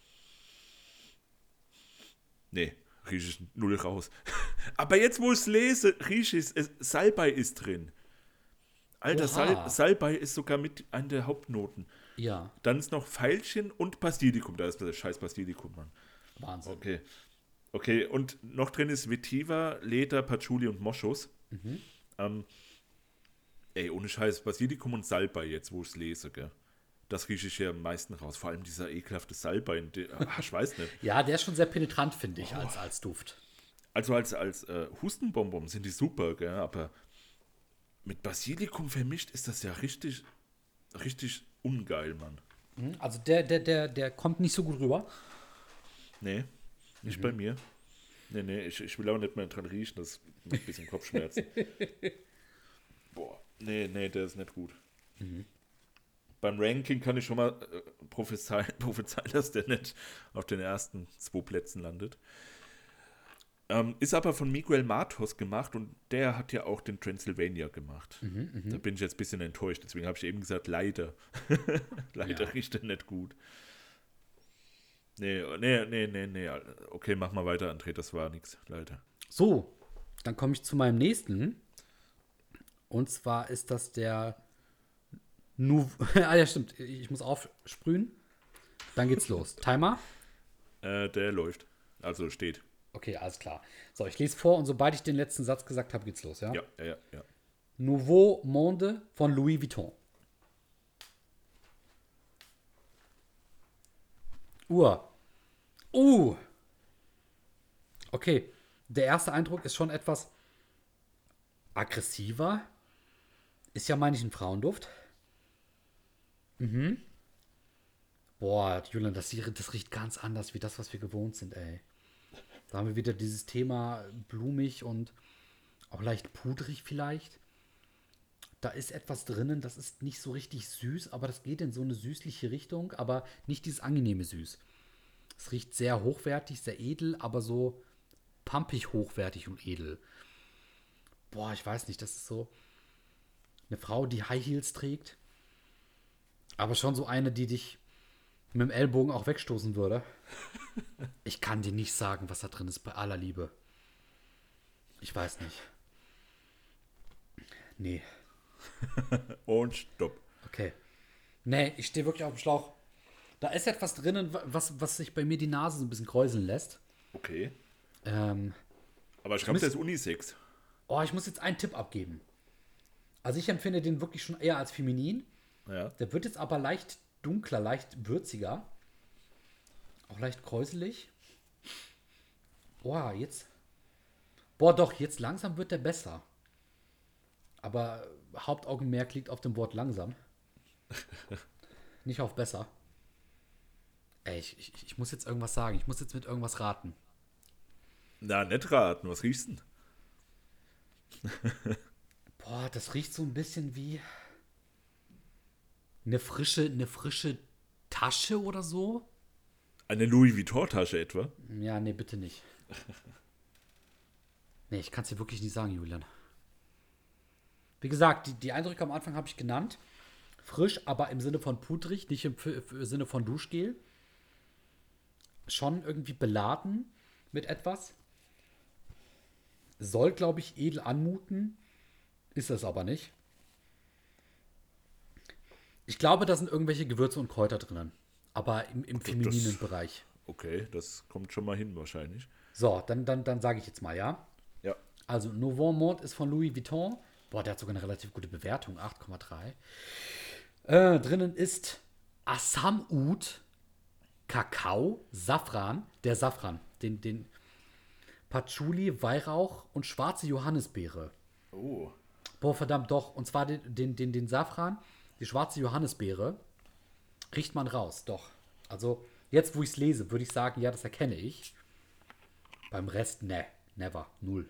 Nee, rieche ich null raus. Aber jetzt, wo ich es lese, rieche ich es. Salbei ist drin. Alter, Sal Oha. Salbei ist sogar mit einer der Hauptnoten. Ja. Dann ist noch Veilchen und Basilikum. Da ist der scheiß Basilikum, Mann. Wahnsinn. Okay. Okay, und noch drin ist Vetiver, Leder, Patchouli und Moschus. Mhm. Ähm, ey, ohne Scheiß, Basilikum und Salbei jetzt, wo ich es lese, gell. Das rieche ich ja am meisten raus. Vor allem dieser ekelhafte Salbei. Der, ach, ich weiß nicht. Ja, der ist schon sehr penetrant, finde ich, als, als Duft. Also als, als äh, Hustenbonbon sind die super, gell, aber mit Basilikum vermischt ist das ja richtig, richtig ungeil, Mann. Mhm. Also der, der, der, der kommt nicht so gut rüber. Nee, nicht bei mir. Nee, nee, ich, ich will auch nicht mehr dran riechen, das macht ein bisschen Kopfschmerzen. Boah, nee, nee, der ist nicht gut. Beim Ranking kann ich schon mal äh, prophezeien, prophezeien, dass der nicht auf den ersten zwei Plätzen landet. Ähm, ist aber von Miguel Matos gemacht und der hat ja auch den Transylvania gemacht. Da bin ich jetzt ein bisschen enttäuscht, deswegen habe ich eben gesagt, leider. leider Ja. riecht er nicht gut. Nee, nee, nee, nee, nee. Okay, mach mal weiter, André, das war nichts, leider. So, dann komme ich zu meinem nächsten. Und zwar ist das der Nu. Ah ja, stimmt. Ich muss aufsprühen. Dann geht's los. Timer? Äh, der läuft. Also steht. Okay, alles klar. So, ich lese vor und sobald ich den letzten Satz gesagt habe, geht's los, ja? Ja, ja, ja, ja. Nouveau Monde von Louis Vuitton. Uhr. Uh. Okay. Der erste Eindruck ist schon etwas aggressiver. Ist ja, meine ich, ein Frauenduft. Mhm. Boah, Julian, das, hier- das riecht ganz anders wie das, was wir gewohnt sind, ey. Da haben wir wieder dieses Thema blumig und auch leicht pudrig vielleicht. Da ist etwas drinnen, das ist nicht so richtig süß, aber das geht in so eine süßliche Richtung, aber nicht dieses angenehme Süß. Es riecht sehr hochwertig, sehr edel, aber so pumpig hochwertig und edel. Boah, ich weiß nicht, das ist so eine Frau, die High Heels trägt, aber schon so eine, die dich mit dem Ellbogen auch wegstoßen würde. Ich kann dir nicht sagen, was da drin ist, bei aller Liebe. Ich weiß nicht. Nee, Und stopp. okay. Nee, ich stehe wirklich auf dem Schlauch. Da ist etwas drinnen, was, was sich bei mir die Nase so ein bisschen kräuseln lässt. Okay. Ähm, Aber ich glaube, müsst- der ist Unisex. oh, ich muss jetzt einen Tipp abgeben. Also ich empfinde den wirklich schon eher als feminin. Ja. Der wird jetzt aber leicht dunkler, leicht würziger. Auch leicht kräuselig. Boah, jetzt. Boah, doch, jetzt langsam wird der besser. Aber Hauptaugenmerk liegt auf dem Wort langsam. Nicht auf besser. Ey, ich, ich, ich muss jetzt irgendwas sagen. Ich muss jetzt mit irgendwas raten. Na, nicht raten. Was riechst du denn? Boah, das riecht so ein bisschen wie eine frische, eine frische Tasche oder so. Eine Louis Vuitton-Tasche etwa? Ja, nee, bitte nicht. Nee, ich kann es dir wirklich nicht sagen, Julian. Wie gesagt, die, die Eindrücke am Anfang habe ich genannt. Frisch, aber im Sinne von pudrig, nicht im F- F- Sinne von Duschgel. Schon irgendwie beladen mit etwas. Soll, glaube ich, edel anmuten. Ist es aber nicht. Ich glaube, da sind irgendwelche Gewürze und Kräuter drinnen. Aber im, im Das- femininen Bereich. Okay, das kommt schon mal hin wahrscheinlich. So, dann, dann, dann sage ich jetzt mal, ja. Ja. Also, Nouveau Monde ist von Louis Vuitton. Boah, der hat sogar eine relativ gute Bewertung, acht Komma drei. Äh, drinnen ist Assam Oud, Kakao, Safran, der Safran, den, den Patchouli, Weihrauch und schwarze Johannisbeere. Oh. Boah, verdammt doch. Und zwar den, den, den, den Safran, die schwarze Johannisbeere, riecht man raus, doch. Also, jetzt, wo ich es lese, würde ich sagen, ja, das erkenne ich. Beim Rest, ne, never, null.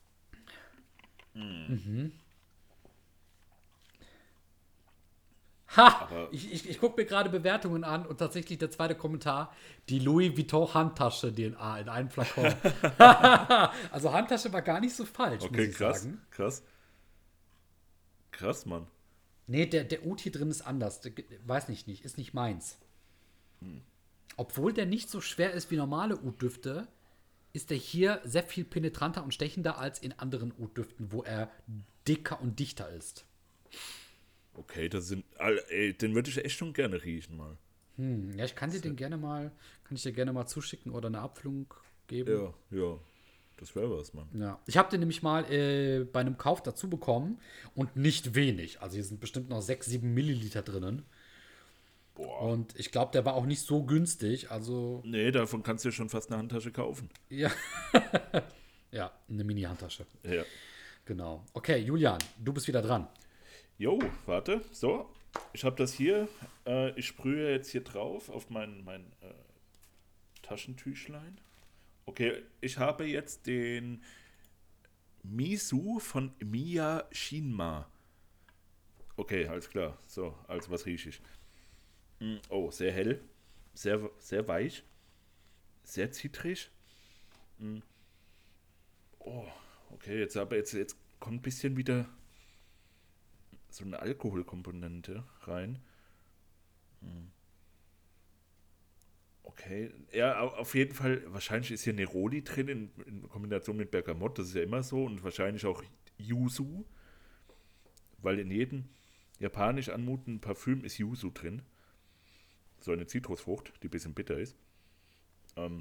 Mhm. Ha! Aber Ich, ich, ich gucke mir gerade Bewertungen an und tatsächlich der zweite Kommentar, die Louis Vuitton Handtasche D N A in einem Flakon. Also Handtasche war gar nicht so falsch, muss okay, ich krass, sagen. krass. Krass, Mann. Nee, der, der Ut hier drin ist anders. Der, weiß nicht, nicht, ist nicht meins. Obwohl der nicht so schwer ist wie normale Ud-Düfte, ist der hier sehr viel penetranter und stechender als in anderen Ud-Düften, wo er dicker und dichter ist. Okay, das sind. All- Ey, den würde ich echt schon gerne riechen mal. Hm, ja, ich kann dir den gerne mal, kann ich dir gerne mal zuschicken oder eine Abfüllung geben. Ja, ja. Das wäre was, Mann. Ja. Ich habe den nämlich mal äh, bei einem Kauf dazu bekommen und nicht wenig. Also hier sind bestimmt noch sechs, sieben Milliliter drinnen. Boah. Und ich glaube, der war auch nicht so günstig. Also, Nee, davon kannst du ja schon fast eine Handtasche kaufen. ja. Ja, eine Mini-Handtasche. Ja. Genau. Okay, Julian, du bist wieder dran. Jo, warte. So, ich habe das hier. Äh, ich sprühe jetzt hier drauf auf mein, mein äh, Taschentüchlein. Okay, ich habe jetzt den Misu von Mia Shinma. Okay, alles klar. So, also was rieche ich? Mm, Oh, sehr hell, sehr, sehr weich, sehr zitrig. Mm, Oh, okay, jetzt aber jetzt, jetzt kommt ein bisschen wieder so eine Alkoholkomponente rein. Okay, ja, au- auf jeden Fall, wahrscheinlich ist hier Neroli drin in, in Kombination mit Bergamott, das ist ja immer so, und wahrscheinlich auch Yuzu, weil in jedem japanisch anmutenden Parfüm ist Yuzu drin. So eine Zitrusfrucht, die ein bisschen bitter ist. Ähm,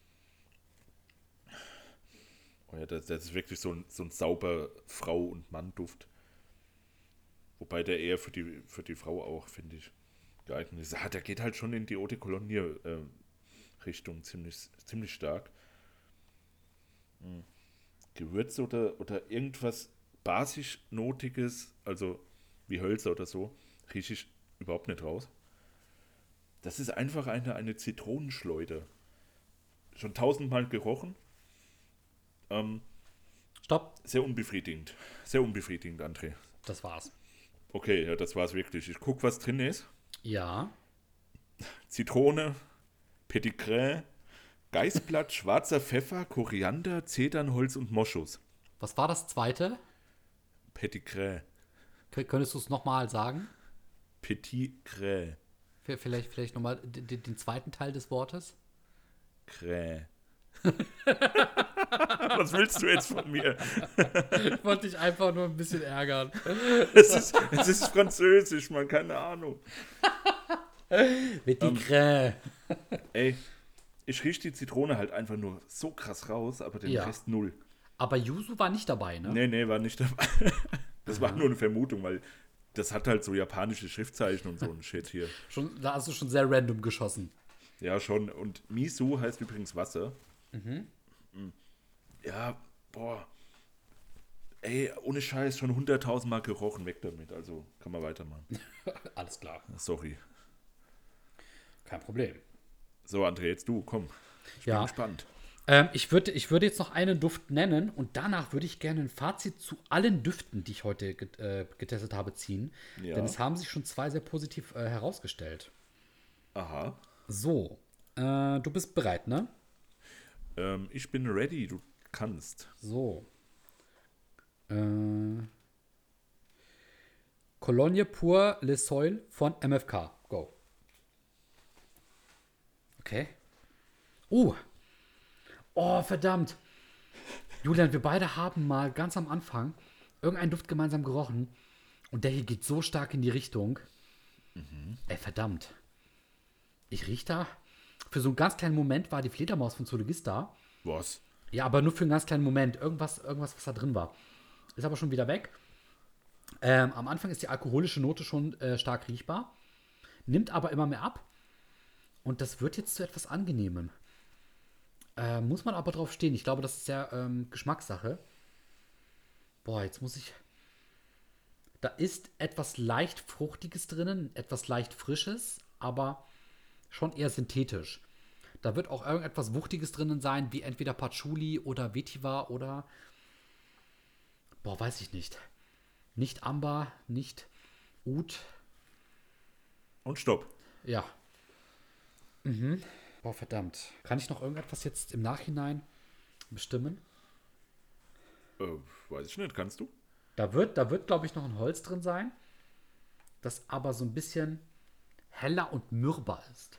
oh ja, das, das ist wirklich so ein, so ein sauber Frau- und Mann-Duft. Wobei der eher für die, für die Frau auch, finde ich, geeignet ist. Ah, der geht halt schon in die Eau de Cologne-Richtung ziemlich, ziemlich stark. Hm. Gewürz oder, oder irgendwas basisch-notiges, also wie Hölzer oder so, rieche ich überhaupt nicht raus. Das ist einfach eine, eine Zitronenschleuder. Schon tausendmal gerochen. Ähm, Stopp. sehr unbefriedigend. Sehr unbefriedigend, André. Das war's. Okay, ja, das war's wirklich. Ich guck, was drin ist. Ja. Zitrone, Petitgrain, Geißblatt, schwarzer Pfeffer, Koriander, Zedernholz und Moschus. Was war das zweite? Petitgrain. K könntest du es nochmal sagen? Petitgrain. V- Vielleicht, vielleicht nochmal den zweiten Teil des Wortes? Grain. Was willst du jetzt von mir? Ich wollte dich einfach nur ein bisschen ärgern. Es ist, es ist Französisch, man, keine Ahnung. Mit die Crä. Ey, ich rieche die Zitrone halt einfach nur so krass raus, aber den Ja. Rest null. Aber Yuzu war nicht dabei, ne? Nee, nee, war nicht dabei. Das war nur eine Vermutung, weil das hat halt so japanische Schriftzeichen und so ein Shit hier. Schon, da hast du schon sehr random geschossen. Ja, schon. Und Miso heißt übrigens Wasser. Mhm. Ja, boah. Ey, ohne Scheiß, schon hunderttausend Mal gerochen, weg damit. Also kann man weitermachen. Alles klar. Sorry. Kein Problem. So, André, jetzt du, komm. Ich bin Ja. gespannt. Ähm, ich, würd, ich würde jetzt noch einen Duft nennen und danach würde ich gerne ein Fazit zu allen Düften, die ich heute get, äh, getestet habe, ziehen. Ja. Denn es haben sich schon zwei sehr positiv äh, herausgestellt. Aha. So, äh, du bist bereit, ne? Ähm, ich bin ready, du kannst. So. Äh, Cologne Pour Le Soil von M F K. Go. Okay. Uh. Oh, verdammt. Julian, wir beide haben mal ganz am Anfang irgendeinen Duft gemeinsam gerochen. Und der hier geht so stark in die Richtung. Mhm. Ey, verdammt. Ich riech da. Für so einen ganz kleinen Moment war die Fledermaus von Zoologist da. Was? Ja, aber nur für einen ganz kleinen Moment. Irgendwas, irgendwas, was da drin war. Ist aber schon wieder weg. Ähm, am Anfang ist die alkoholische Note schon äh, stark riechbar. Nimmt aber immer mehr ab. Und das wird jetzt zu etwas Angenehmem. Äh, muss man aber drauf stehen. Ich glaube, das ist ja ähm, Geschmackssache. Boah, jetzt muss ich. Da ist etwas leicht Fruchtiges drinnen, etwas leicht Frisches, aber schon eher synthetisch. Da wird auch irgendetwas Wuchtiges drinnen sein, wie entweder Patchouli oder Vetiver oder. Boah, weiß ich nicht. Nicht Amber, nicht Oud. Und stopp. Ja. Mhm. Boah, verdammt. Kann ich noch irgendetwas jetzt im Nachhinein bestimmen? Äh, weiß ich nicht, kannst du? Da wird, da wird, glaube ich, noch ein Holz drin sein, das aber so ein bisschen heller und mürber ist.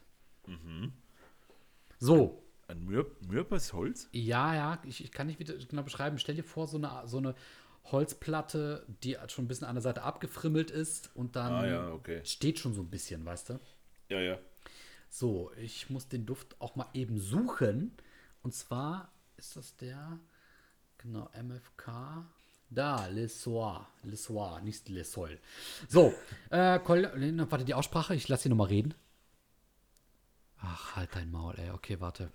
So, Ein Mür Mürbers Holz? ja, ja, ich, ich kann nicht wieder genau beschreiben. Stell dir vor, so eine, so eine Holzplatte, die schon ein bisschen an der Seite abgefrimmelt ist und dann Ah ja, okay. steht schon so ein bisschen, weißt du? Ja, ja. So, ich muss den Duft auch mal eben suchen. Und zwar ist das der, genau, M F K. Da, Le Soir. Le Soir, nicht Le Sol. So, äh, Col warte, die Aussprache, ich lasse sie nochmal reden. Ach, halt dein Maul, ey. Okay, warte.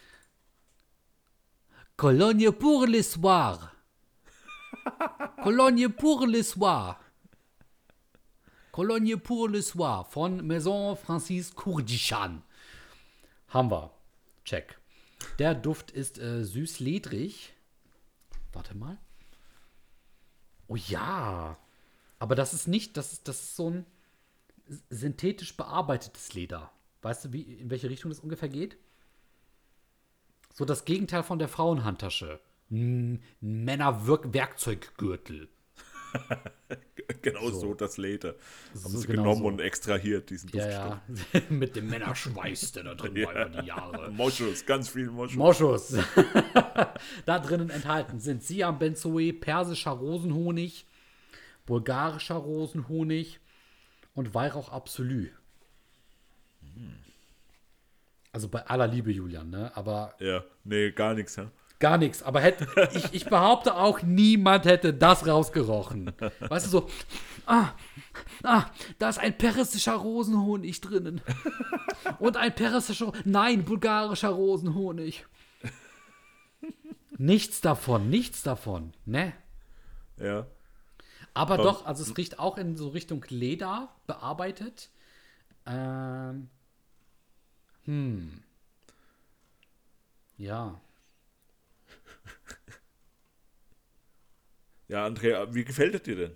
Cologne pour le soir. Cologne pour le soir. Cologne pour le soir von Maison Francis Kurdischan. Haben wir. Check. Der Duft ist äh, süß-ledrig. Warte mal. Oh ja. Aber das ist nicht, das ist, das ist so ein synthetisch bearbeitetes Leder. Weißt du, wie, in welche Richtung das ungefähr geht? So das Gegenteil von der Frauenhandtasche. Ein Männerwerkzeuggürtel. Genau so, So. das Leder. Haben So, sie genau genommen so. und extrahiert, diesen Ja, Duftstoff. ja. Mit dem Männerschweiß, der da drin war Ja. über die Jahre. Moschus, ganz viel Moschus. Moschus. Da drinnen enthalten sind Siam Benzoe, persischer Rosenhonig, bulgarischer Rosenhonig und Weihrauch Absolu. Also bei aller Liebe, Julian, ne? Aber Ja, nee, gar nichts, ja. gar nichts. Aber hätte, ich, ich behaupte auch, niemand hätte das rausgerochen. Weißt du, so, ah, ah, da ist ein persischer Rosenhonig drinnen. Und ein persischer, nein, bulgarischer Rosenhonig. Nichts davon, nichts davon, ne? Ja. Aber Aber- doch, also es riecht auch in so Richtung Leder bearbeitet. Ähm, hm. Ja. Ja, Andrea, wie gefällt es dir denn?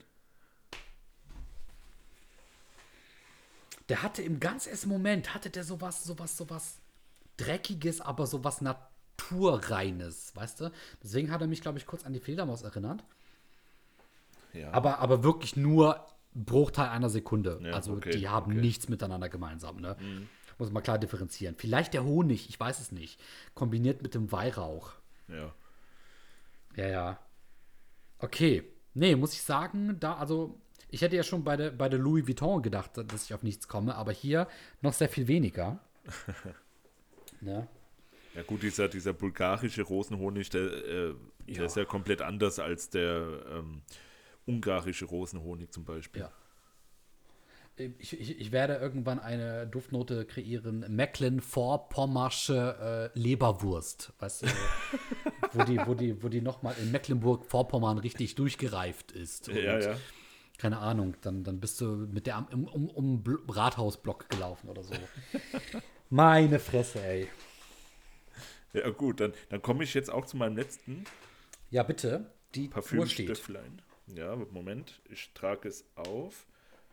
Der hatte im ganz ersten Moment, hatte der sowas, sowas, sowas Dreckiges, aber sowas Naturreines, weißt du? Deswegen hat er mich, glaube ich, kurz an die Fledermaus erinnert. Ja. Aber, aber wirklich nur ein Bruchteil einer Sekunde. Ja, also okay, die haben okay. nichts miteinander gemeinsam, ne? Muss man klar differenzieren. Vielleicht der Honig, ich weiß es nicht. Kombiniert mit dem Weihrauch. Ja. Ja, ja. Okay. Nee, muss ich sagen, da, also, ich hätte ja schon bei der, bei der Louis Vuitton gedacht, dass ich auf nichts komme, aber hier noch sehr viel weniger. Ne? Ja gut, dieser, dieser bulgarische Rosenhonig, der, äh, der Ja. ist ja komplett anders als der ähm, ungarische Rosenhonig zum Beispiel. Ja. Ich, ich, ich werde irgendwann eine Duftnote kreieren, Mecklenburg-Vorpommersche äh, Leberwurst, weißt du, wo die, wo die, wo die nochmal in Mecklenburg-Vorpommern richtig durchgereift ist. Und, Ja, ja. keine Ahnung, dann, dann bist du mit der am- um, um, um Bl- Rathausblock gelaufen oder so. Meine Fresse, ey. Ja gut, dann, dann komme ich jetzt auch zu meinem letzten Ja, bitte, die Uhr steht. Parfümstöfflein. Ja, Moment, ich trage es auf.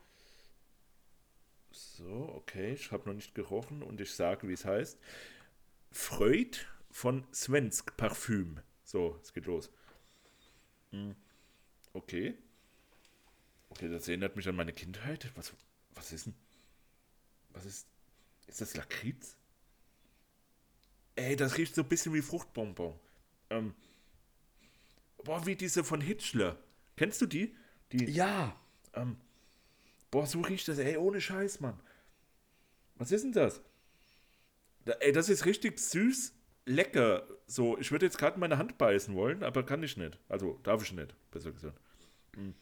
So, okay, ich habe noch nicht gerochen und ich sage, wie es heißt. Freud von Svensk Parfüm. So, es geht los. Hm, Okay. Okay, das erinnert mich an meine Kindheit. Was, was ist denn? Was ist? Ist das Lakritz? Ey, das riecht so ein bisschen wie Fruchtbonbon. Ähm, boah, wie diese von Hitchler. Kennst du die? Die, Ja, ähm, boah, so riecht das, ey, ohne Scheiß, Mann. Was ist denn das? Da, ey, das ist richtig süß, lecker. So, ich würde jetzt gerade meine Hand beißen wollen, aber kann ich nicht. Also, darf ich nicht, besser gesagt. Hm.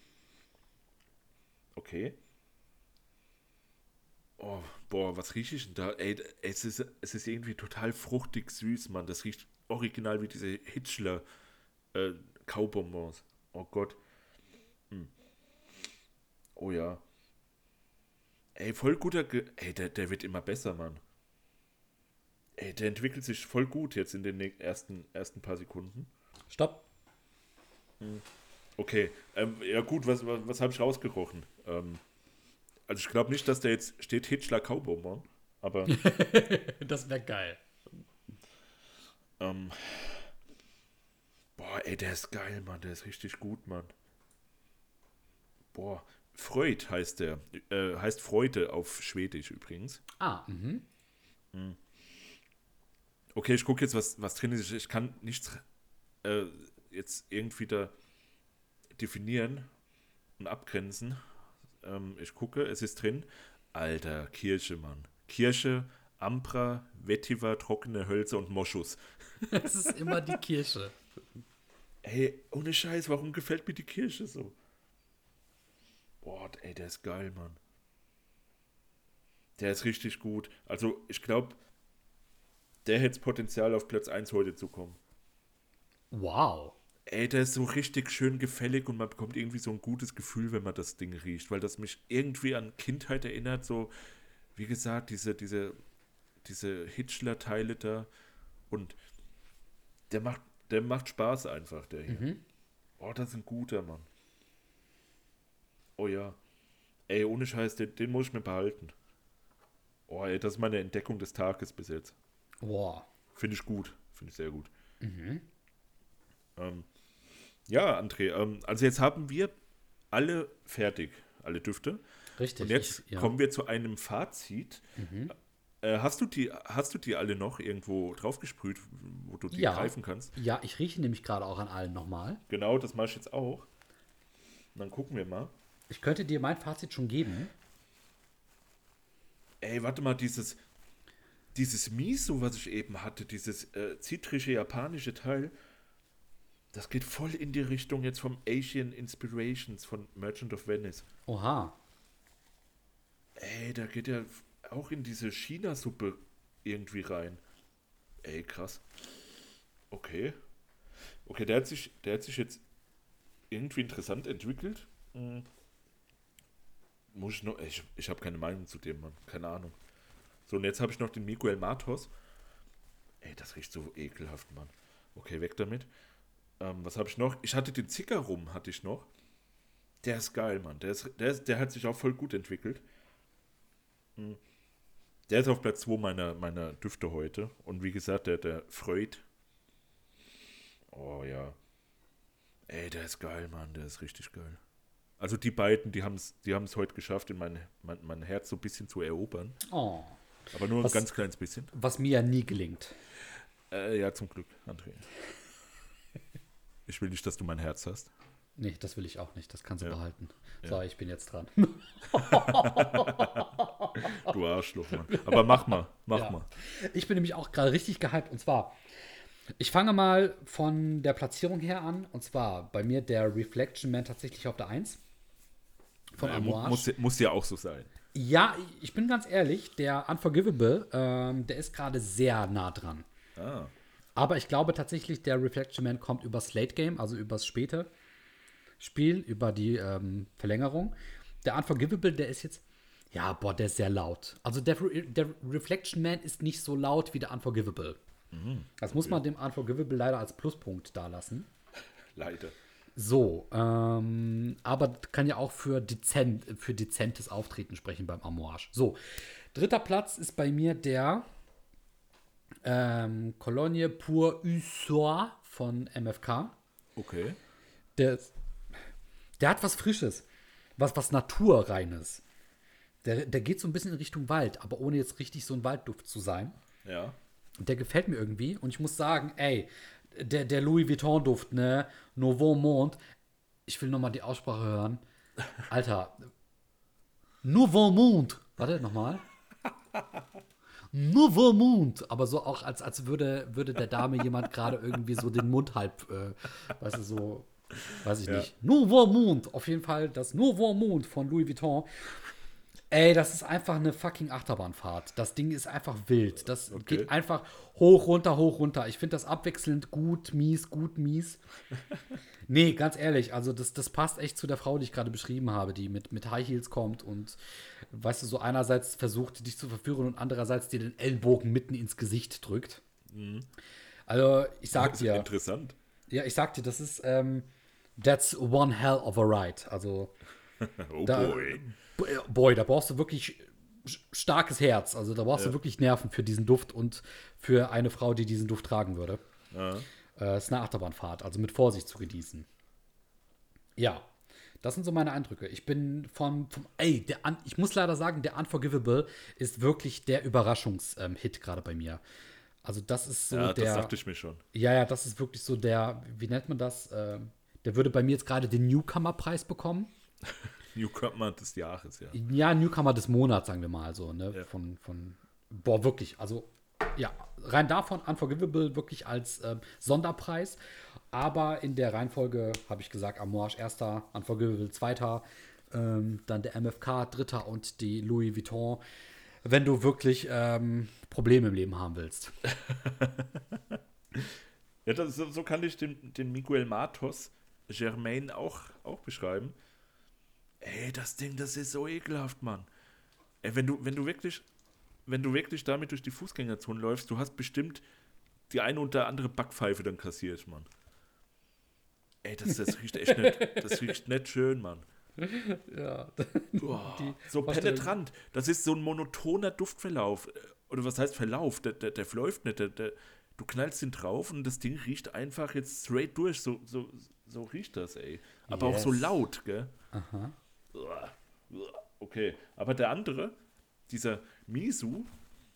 Okay. Oh, boah, was rieche ich denn da? Ey, es ist, es ist irgendwie total fruchtig süß, Mann. Das riecht original wie diese Hitchler äh, Kaubonbons. Oh Gott. Hm. Oh ja. Ey, voll guter. Ge Ey, der, der wird immer besser, Mann. Ey, der entwickelt sich voll gut jetzt in den ne- ersten, ersten paar Sekunden. stopp. Okay, ähm, ja gut, was, was, was habe ich rausgerochen? Ähm, Also ich glaube nicht, dass da jetzt steht Hitchler Cowboy, aber Das wäre geil. ähm, boah, ey, der ist geil, Mann, der ist richtig gut, Mann. Boah, Freud heißt der, äh, heißt Freude auf Schwedisch übrigens. Ah, mhm. Okay, ich gucke jetzt, was, was drin ist. Ich kann nichts äh, jetzt irgendwie da definieren und abgrenzen. Ähm, ich gucke, es ist drin. Alter, Kirsche, Mann. Kirsche, Ambra, Vetiver, trockene Hölzer und Moschus. Es ist immer die Kirsche. Ey, ohne Scheiß, warum gefällt mir die Kirsche so? Boah, ey, der ist geil, Mann. Der ist richtig gut. Also, ich glaube, der hätte Potenzial, auf Platz eins heute zu kommen. Wow. Ey, der ist so richtig schön gefällig und man bekommt irgendwie so ein gutes Gefühl, wenn man das Ding riecht, weil das mich irgendwie an Kindheit erinnert, so, wie gesagt, diese, diese, diese Hitchler-Teile da und der macht, der macht Spaß einfach, der hier. Mhm. Oh, das ist ein guter, Mann. Oh ja. Ey, ohne Scheiß, den, den muss ich mir behalten. Oh, ey, das ist meine Entdeckung des Tages bis jetzt. Wow. Finde ich gut. Finde ich sehr gut. Mhm. Ähm, ja, André, ähm, also jetzt haben wir alle fertig, alle Düfte. Richtig. Und jetzt ich, ja. kommen wir zu einem Fazit. Mhm. Äh, hast du die, hast du die alle noch irgendwo draufgesprüht, wo du die Ja. greifen kannst? Ja, ich rieche nämlich gerade auch an allen nochmal. Genau, das mache ich jetzt auch. Und dann gucken wir mal. Ich könnte dir mein Fazit schon geben. Ey, warte mal, dieses, dieses Miso, was ich eben hatte, dieses äh, zitrische japanische Teil, das geht voll in die Richtung jetzt vom Asian Inspirations von Merchant of Venice. Oha. Ey, da geht ja auch in diese China-Suppe irgendwie rein. Ey, krass. Okay. Okay, der hat sich, der hat sich jetzt irgendwie interessant entwickelt. Hm. Muss ich noch. Ich, ich habe keine Meinung zu dem, Mann. Keine Ahnung. So, und jetzt habe ich noch den Miguel Matos. Ey, das riecht so ekelhaft, Mann. Okay, weg damit. Ähm, was habe ich noch? Ich hatte den Zicker rum, hatte ich noch. Der ist geil, Mann. Der, ist, der, ist, der hat sich auch voll gut entwickelt. Hm. Der ist auf Platz zwei meiner, meiner Düfte heute. Und wie gesagt, der, der Freud. Oh ja. Ey, der ist geil, Mann. Der ist richtig geil. Also die beiden, die haben es die haben's heute geschafft, in mein, mein, mein Herz so ein bisschen zu erobern. Oh. Aber nur Was- ein ganz kleines bisschen. Was mir ja nie gelingt. Äh, ja, zum Glück, André. Ich will nicht, dass du mein Herz hast. Nee, das will ich auch nicht. Das kannst du Ja. behalten. Ja. So, ich bin jetzt dran. Du Arschloch, Mann. Aber mach mal, mach Ja. mal. Ich bin nämlich auch gerade richtig gehypt. Und zwar, ich fange mal von der Platzierung her an. Und zwar bei mir der Reflection Man tatsächlich auf der eins. Von Äh, mu- Amouage. muss, muss ja auch so sein. Ja, ich bin ganz ehrlich, der Unforgivable, ähm, der ist gerade sehr nah dran. Ah, Aber ich glaube tatsächlich, der Reflection Man kommt übers Late Game, also übers späte Spiel, über die ähm, Verlängerung. Der Unforgivable, der ist jetzt, ja, boah, der ist sehr laut. Also der, Re- der Reflection Man ist nicht so laut wie der Unforgivable. Das muss man dem Unforgivable leider als Pluspunkt dalassen. leider. So, ähm, aber kann ja auch für, dezent, für dezentes Auftreten sprechen beim Amouage. So, dritter Platz ist bei mir der ähm, Cologne Pour Ussoir von M F K. Okay. Der, ist- der hat was Frisches, was, was Naturreines. Der, der geht so ein bisschen in Richtung Wald, aber ohne jetzt richtig so ein Waldduft zu sein. Ja. Und der gefällt mir irgendwie. Und ich muss sagen, ey, der, der Louis Vuitton-Duft, ne? Nouveau Monde. Ich will nochmal die Aussprache hören. Alter. Nouveau Monde. Warte, nochmal. Nouveau Monde. Aber so auch, als, als würde, würde der Dame jemand gerade irgendwie so den Mund halb, äh, weißt du, so, weiß ich Ja. nicht. Nouveau Monde. Auf jeden Fall das Nouveau Monde von Louis Vuitton. Ey, das ist einfach eine fucking Achterbahnfahrt. Das Ding ist einfach wild. Das Okay. geht einfach hoch, runter, hoch, runter. Ich finde das abwechselnd gut, mies, gut, mies. Nee, ganz ehrlich, also das, das passt echt zu der Frau, die ich gerade beschrieben habe, die mit, mit High Heels kommt und, weißt du, so einerseits versucht, dich zu verführen und andererseits dir den Ellbogen mitten ins Gesicht drückt. Also, ich sag Das ist dir, interessant. ja, ich sag dir, das ist, ähm, that's one hell of a ride. Also, Oh da, boy. Boy, da brauchst du wirklich starkes Herz. Also da brauchst ja. du wirklich Nerven für diesen Duft und für eine Frau, die diesen Duft tragen würde. Ja. Äh, ist eine Achterbahnfahrt, also mit Vorsicht zu genießen. Ja, das sind so meine Eindrücke. Ich bin vom, vom ey, der Un, ich muss leider sagen, der Unforgivable ist wirklich der Überraschungshit ähm, gerade bei mir. Also das ist so ja, der. Das dachte ich mir schon. Ja, ja, das ist wirklich so der, wie nennt man das? Äh, der würde bei mir jetzt gerade den Newcomer-Preis bekommen. Newcomer des Jahres, ja. Ja, Newcomer des Monats, sagen wir mal so, ne? Ja. Von, von, boah, wirklich, also, ja, rein davon Unforgivable wirklich als äh, Sonderpreis. Aber in der Reihenfolge habe ich gesagt, Amouage erster, Unforgivable zweiter, ähm, dann der M F K dritter und die Louis Vuitton, wenn du wirklich ähm, Probleme im Leben haben willst. Ja, das, so, so kann ich den, den Miguel Matos Germain auch, auch beschreiben. Ey, das Ding, das ist so ekelhaft, Mann. Ey, wenn du, wenn du wirklich, wenn du wirklich damit durch die Fußgängerzone läufst, du hast bestimmt die eine oder andere Backpfeife dann kassiert, Mann. Ey, das, das riecht echt nicht, das riecht nicht schön, Mann. Ja. Boah, so penetrant. Das ist so ein monotoner Duftverlauf. Oder was heißt Verlauf? Der, der, der verläuft nicht. Der, der, du knallst ihn drauf und das Ding riecht einfach jetzt straight durch. So, so, so riecht das, ey. Aber yes. auch so laut, gell? Aha. Okay, aber der andere, dieser Misu,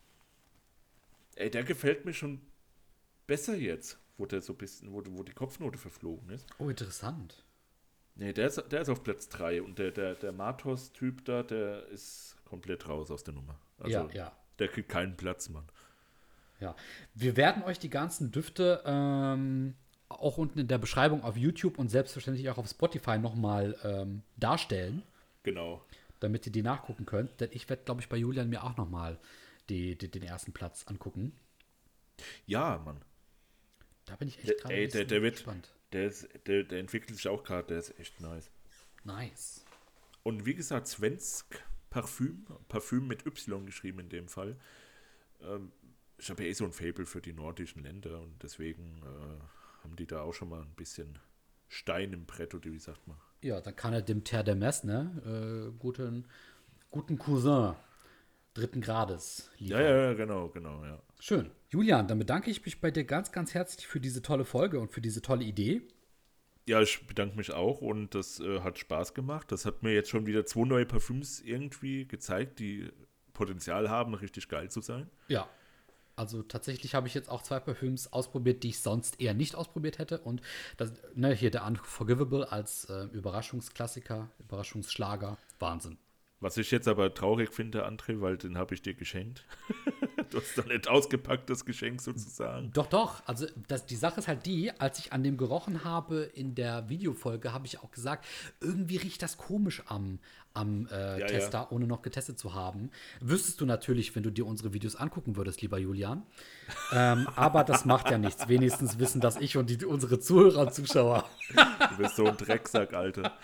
ey, der gefällt mir schon besser jetzt, wo der so ein bisschen, wo, wo die Kopfnote verflogen ist. Oh, interessant. Nee, der ist, der ist auf Platz drei und der, der, der Matos-Typ da, der ist komplett raus aus der Nummer. Also, ja, ja. Der kriegt keinen Platz, Mann. Ja, wir werden euch die ganzen Düfte ähm, auch unten in der Beschreibung auf YouTube und selbstverständlich auch auf Spotify nochmal ähm, darstellen. Genau. Damit ihr die nachgucken könnt. Denn ich werde, glaube ich, bei Julian mir auch nochmal die, die, den ersten Platz angucken. Ja, Mann. Da bin ich echt gerade der, der, der gespannt. Der, ist, der, der entwickelt sich auch gerade, der ist echt nice. Nice. Und wie gesagt, Svensk Parfüm, Parfüm mit Y geschrieben in dem Fall. Ähm, ich habe ja eh so ein Faible für die nordischen Länder und deswegen äh, haben die da auch schon mal ein bisschen Stein im Brett, oder wie sagt man? Ja, dann kann er dem Terre de Metz, ne, äh, guten, guten Cousin dritten Grades liefern. Ja, ja, genau, genau, ja. Schön. Julian, dann bedanke ich mich bei dir ganz, ganz herzlich für diese tolle Folge und für diese tolle Idee. Ja, ich bedanke mich auch und das äh, hat Spaß gemacht. Das hat mir jetzt schon wieder zwei neue Parfüms irgendwie gezeigt, die Potenzial haben, richtig geil zu sein. Ja. Also tatsächlich habe ich jetzt auch zwei Parfüms ausprobiert, die ich sonst eher nicht ausprobiert hätte. Und das, ne, hier der Unforgivable als äh, Überraschungsklassiker, Überraschungsschlager. Wahnsinn. Was ich jetzt aber traurig finde, André, weil den habe ich dir geschenkt. Du hast doch nicht ausgepackt, das Geschenk sozusagen. Doch, doch. Also das, die Sache ist halt die, als ich an dem gerochen habe in der Videofolge, habe ich auch gesagt, irgendwie riecht das komisch am, am äh, ja, Tester, ja. ohne noch getestet zu haben. Wüsstest du natürlich, wenn du dir unsere Videos angucken würdest, lieber Julian. ähm, aber das macht ja nichts. Wenigstens wissen das ich und die, unsere Zuhörer und Zuschauer. Du bist so ein Drecksack, Alter.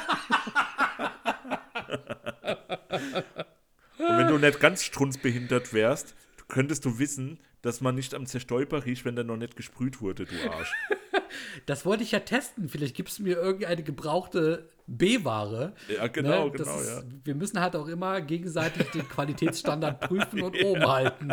Und wenn du nicht ganz strunzbehindert wärst, könntest du wissen, dass man nicht am Zerstäuber riecht, wenn der noch nicht gesprüht wurde, du Arsch. Das wollte ich ja testen. Vielleicht gibst du mir irgendeine gebrauchte B-Ware. Ja, genau, ne? genau, ist, ja. Wir müssen halt auch immer gegenseitig den Qualitätsstandard prüfen und ja. oben halten.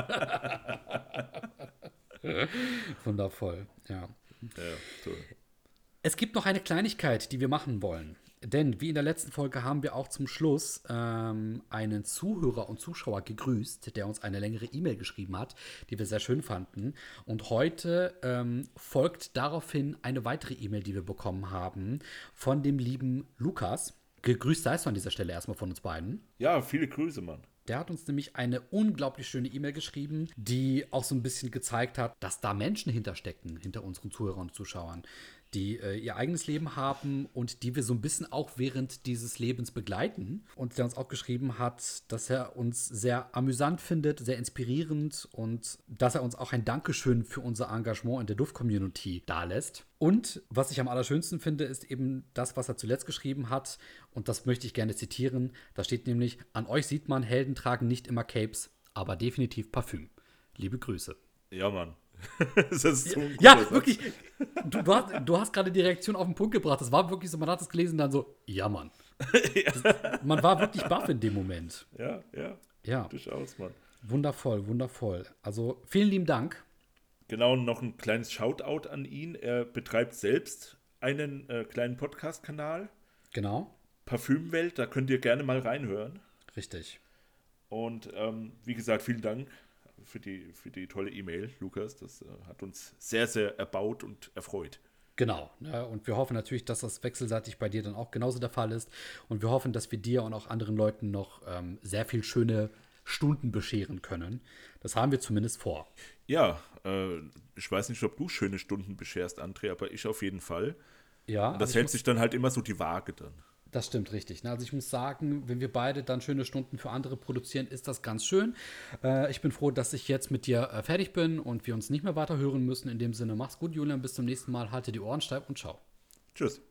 Wundervoll, ja. Ja, toll. Es gibt noch eine Kleinigkeit, die wir machen wollen. Denn wie in der letzten Folge haben wir auch zum Schluss ähm, einen Zuhörer und Zuschauer gegrüßt, der uns eine längere E-Mail geschrieben hat, die wir sehr schön fanden. Und heute ähm, folgt daraufhin eine weitere E-Mail, die wir bekommen haben, von dem lieben Lukas. Gegrüßt seist du an dieser Stelle erstmal von uns beiden. Ja, viele Grüße, Mann. Der hat uns nämlich eine unglaublich schöne E-Mail geschrieben, die auch so ein bisschen gezeigt hat, dass da Menschen hinterstecken, hinter unseren Zuhörern und Zuschauern, die äh, ihr eigenes Leben haben und die wir so ein bisschen auch während dieses Lebens begleiten. Und der uns auch geschrieben hat, dass er uns sehr amüsant findet, sehr inspirierend und dass er uns auch ein Dankeschön für unser Engagement in der Duft-Community dalässt. Und was ich am allerschönsten finde, ist eben das, was er zuletzt geschrieben hat. Und das möchte ich gerne zitieren. Da steht nämlich: An euch sieht man, Helden tragen nicht immer Capes, aber definitiv Parfüm. Liebe Grüße. Ja, Mann. Das ist so ein ja, Satz. wirklich. Du, du hast, du hast gerade die Reaktion auf den Punkt gebracht. Das war wirklich so, man hat es gelesen und dann so, ja, Mann. Das, man war wirklich baff in dem Moment. Ja, ja. Ja. Durchaus, Mann. Wundervoll, wundervoll. Also vielen lieben Dank. Genau, noch ein kleines Shoutout an ihn. Er betreibt selbst einen äh, kleinen Podcast-Kanal. Genau. Parfümwelt, da könnt ihr gerne mal reinhören. Richtig. Und ähm, wie gesagt, vielen Dank für die, für die tolle E-Mail, Lukas. Das äh, hat uns sehr, sehr erbaut und erfreut. Genau. Ja, und wir hoffen natürlich, dass das wechselseitig bei dir dann auch genauso der Fall ist. Und wir hoffen, dass wir dir und auch anderen Leuten noch ähm, sehr viel schöne Stunden bescheren können. Das haben wir zumindest vor. Ja, äh, ich weiß nicht, ob du schöne Stunden bescherst, André, aber ich auf jeden Fall. Ja, Und das also hält muss, sich dann halt immer so die Waage dann. Das stimmt richtig. Ne? Also ich muss sagen, wenn wir beide dann schöne Stunden für andere produzieren, ist das ganz schön. Äh, ich bin froh, dass ich jetzt mit dir äh, fertig bin und wir uns nicht mehr weiter hören müssen. In dem Sinne, mach's gut, Julian. Bis zum nächsten Mal. Halte die Ohren steif und ciao. Tschüss.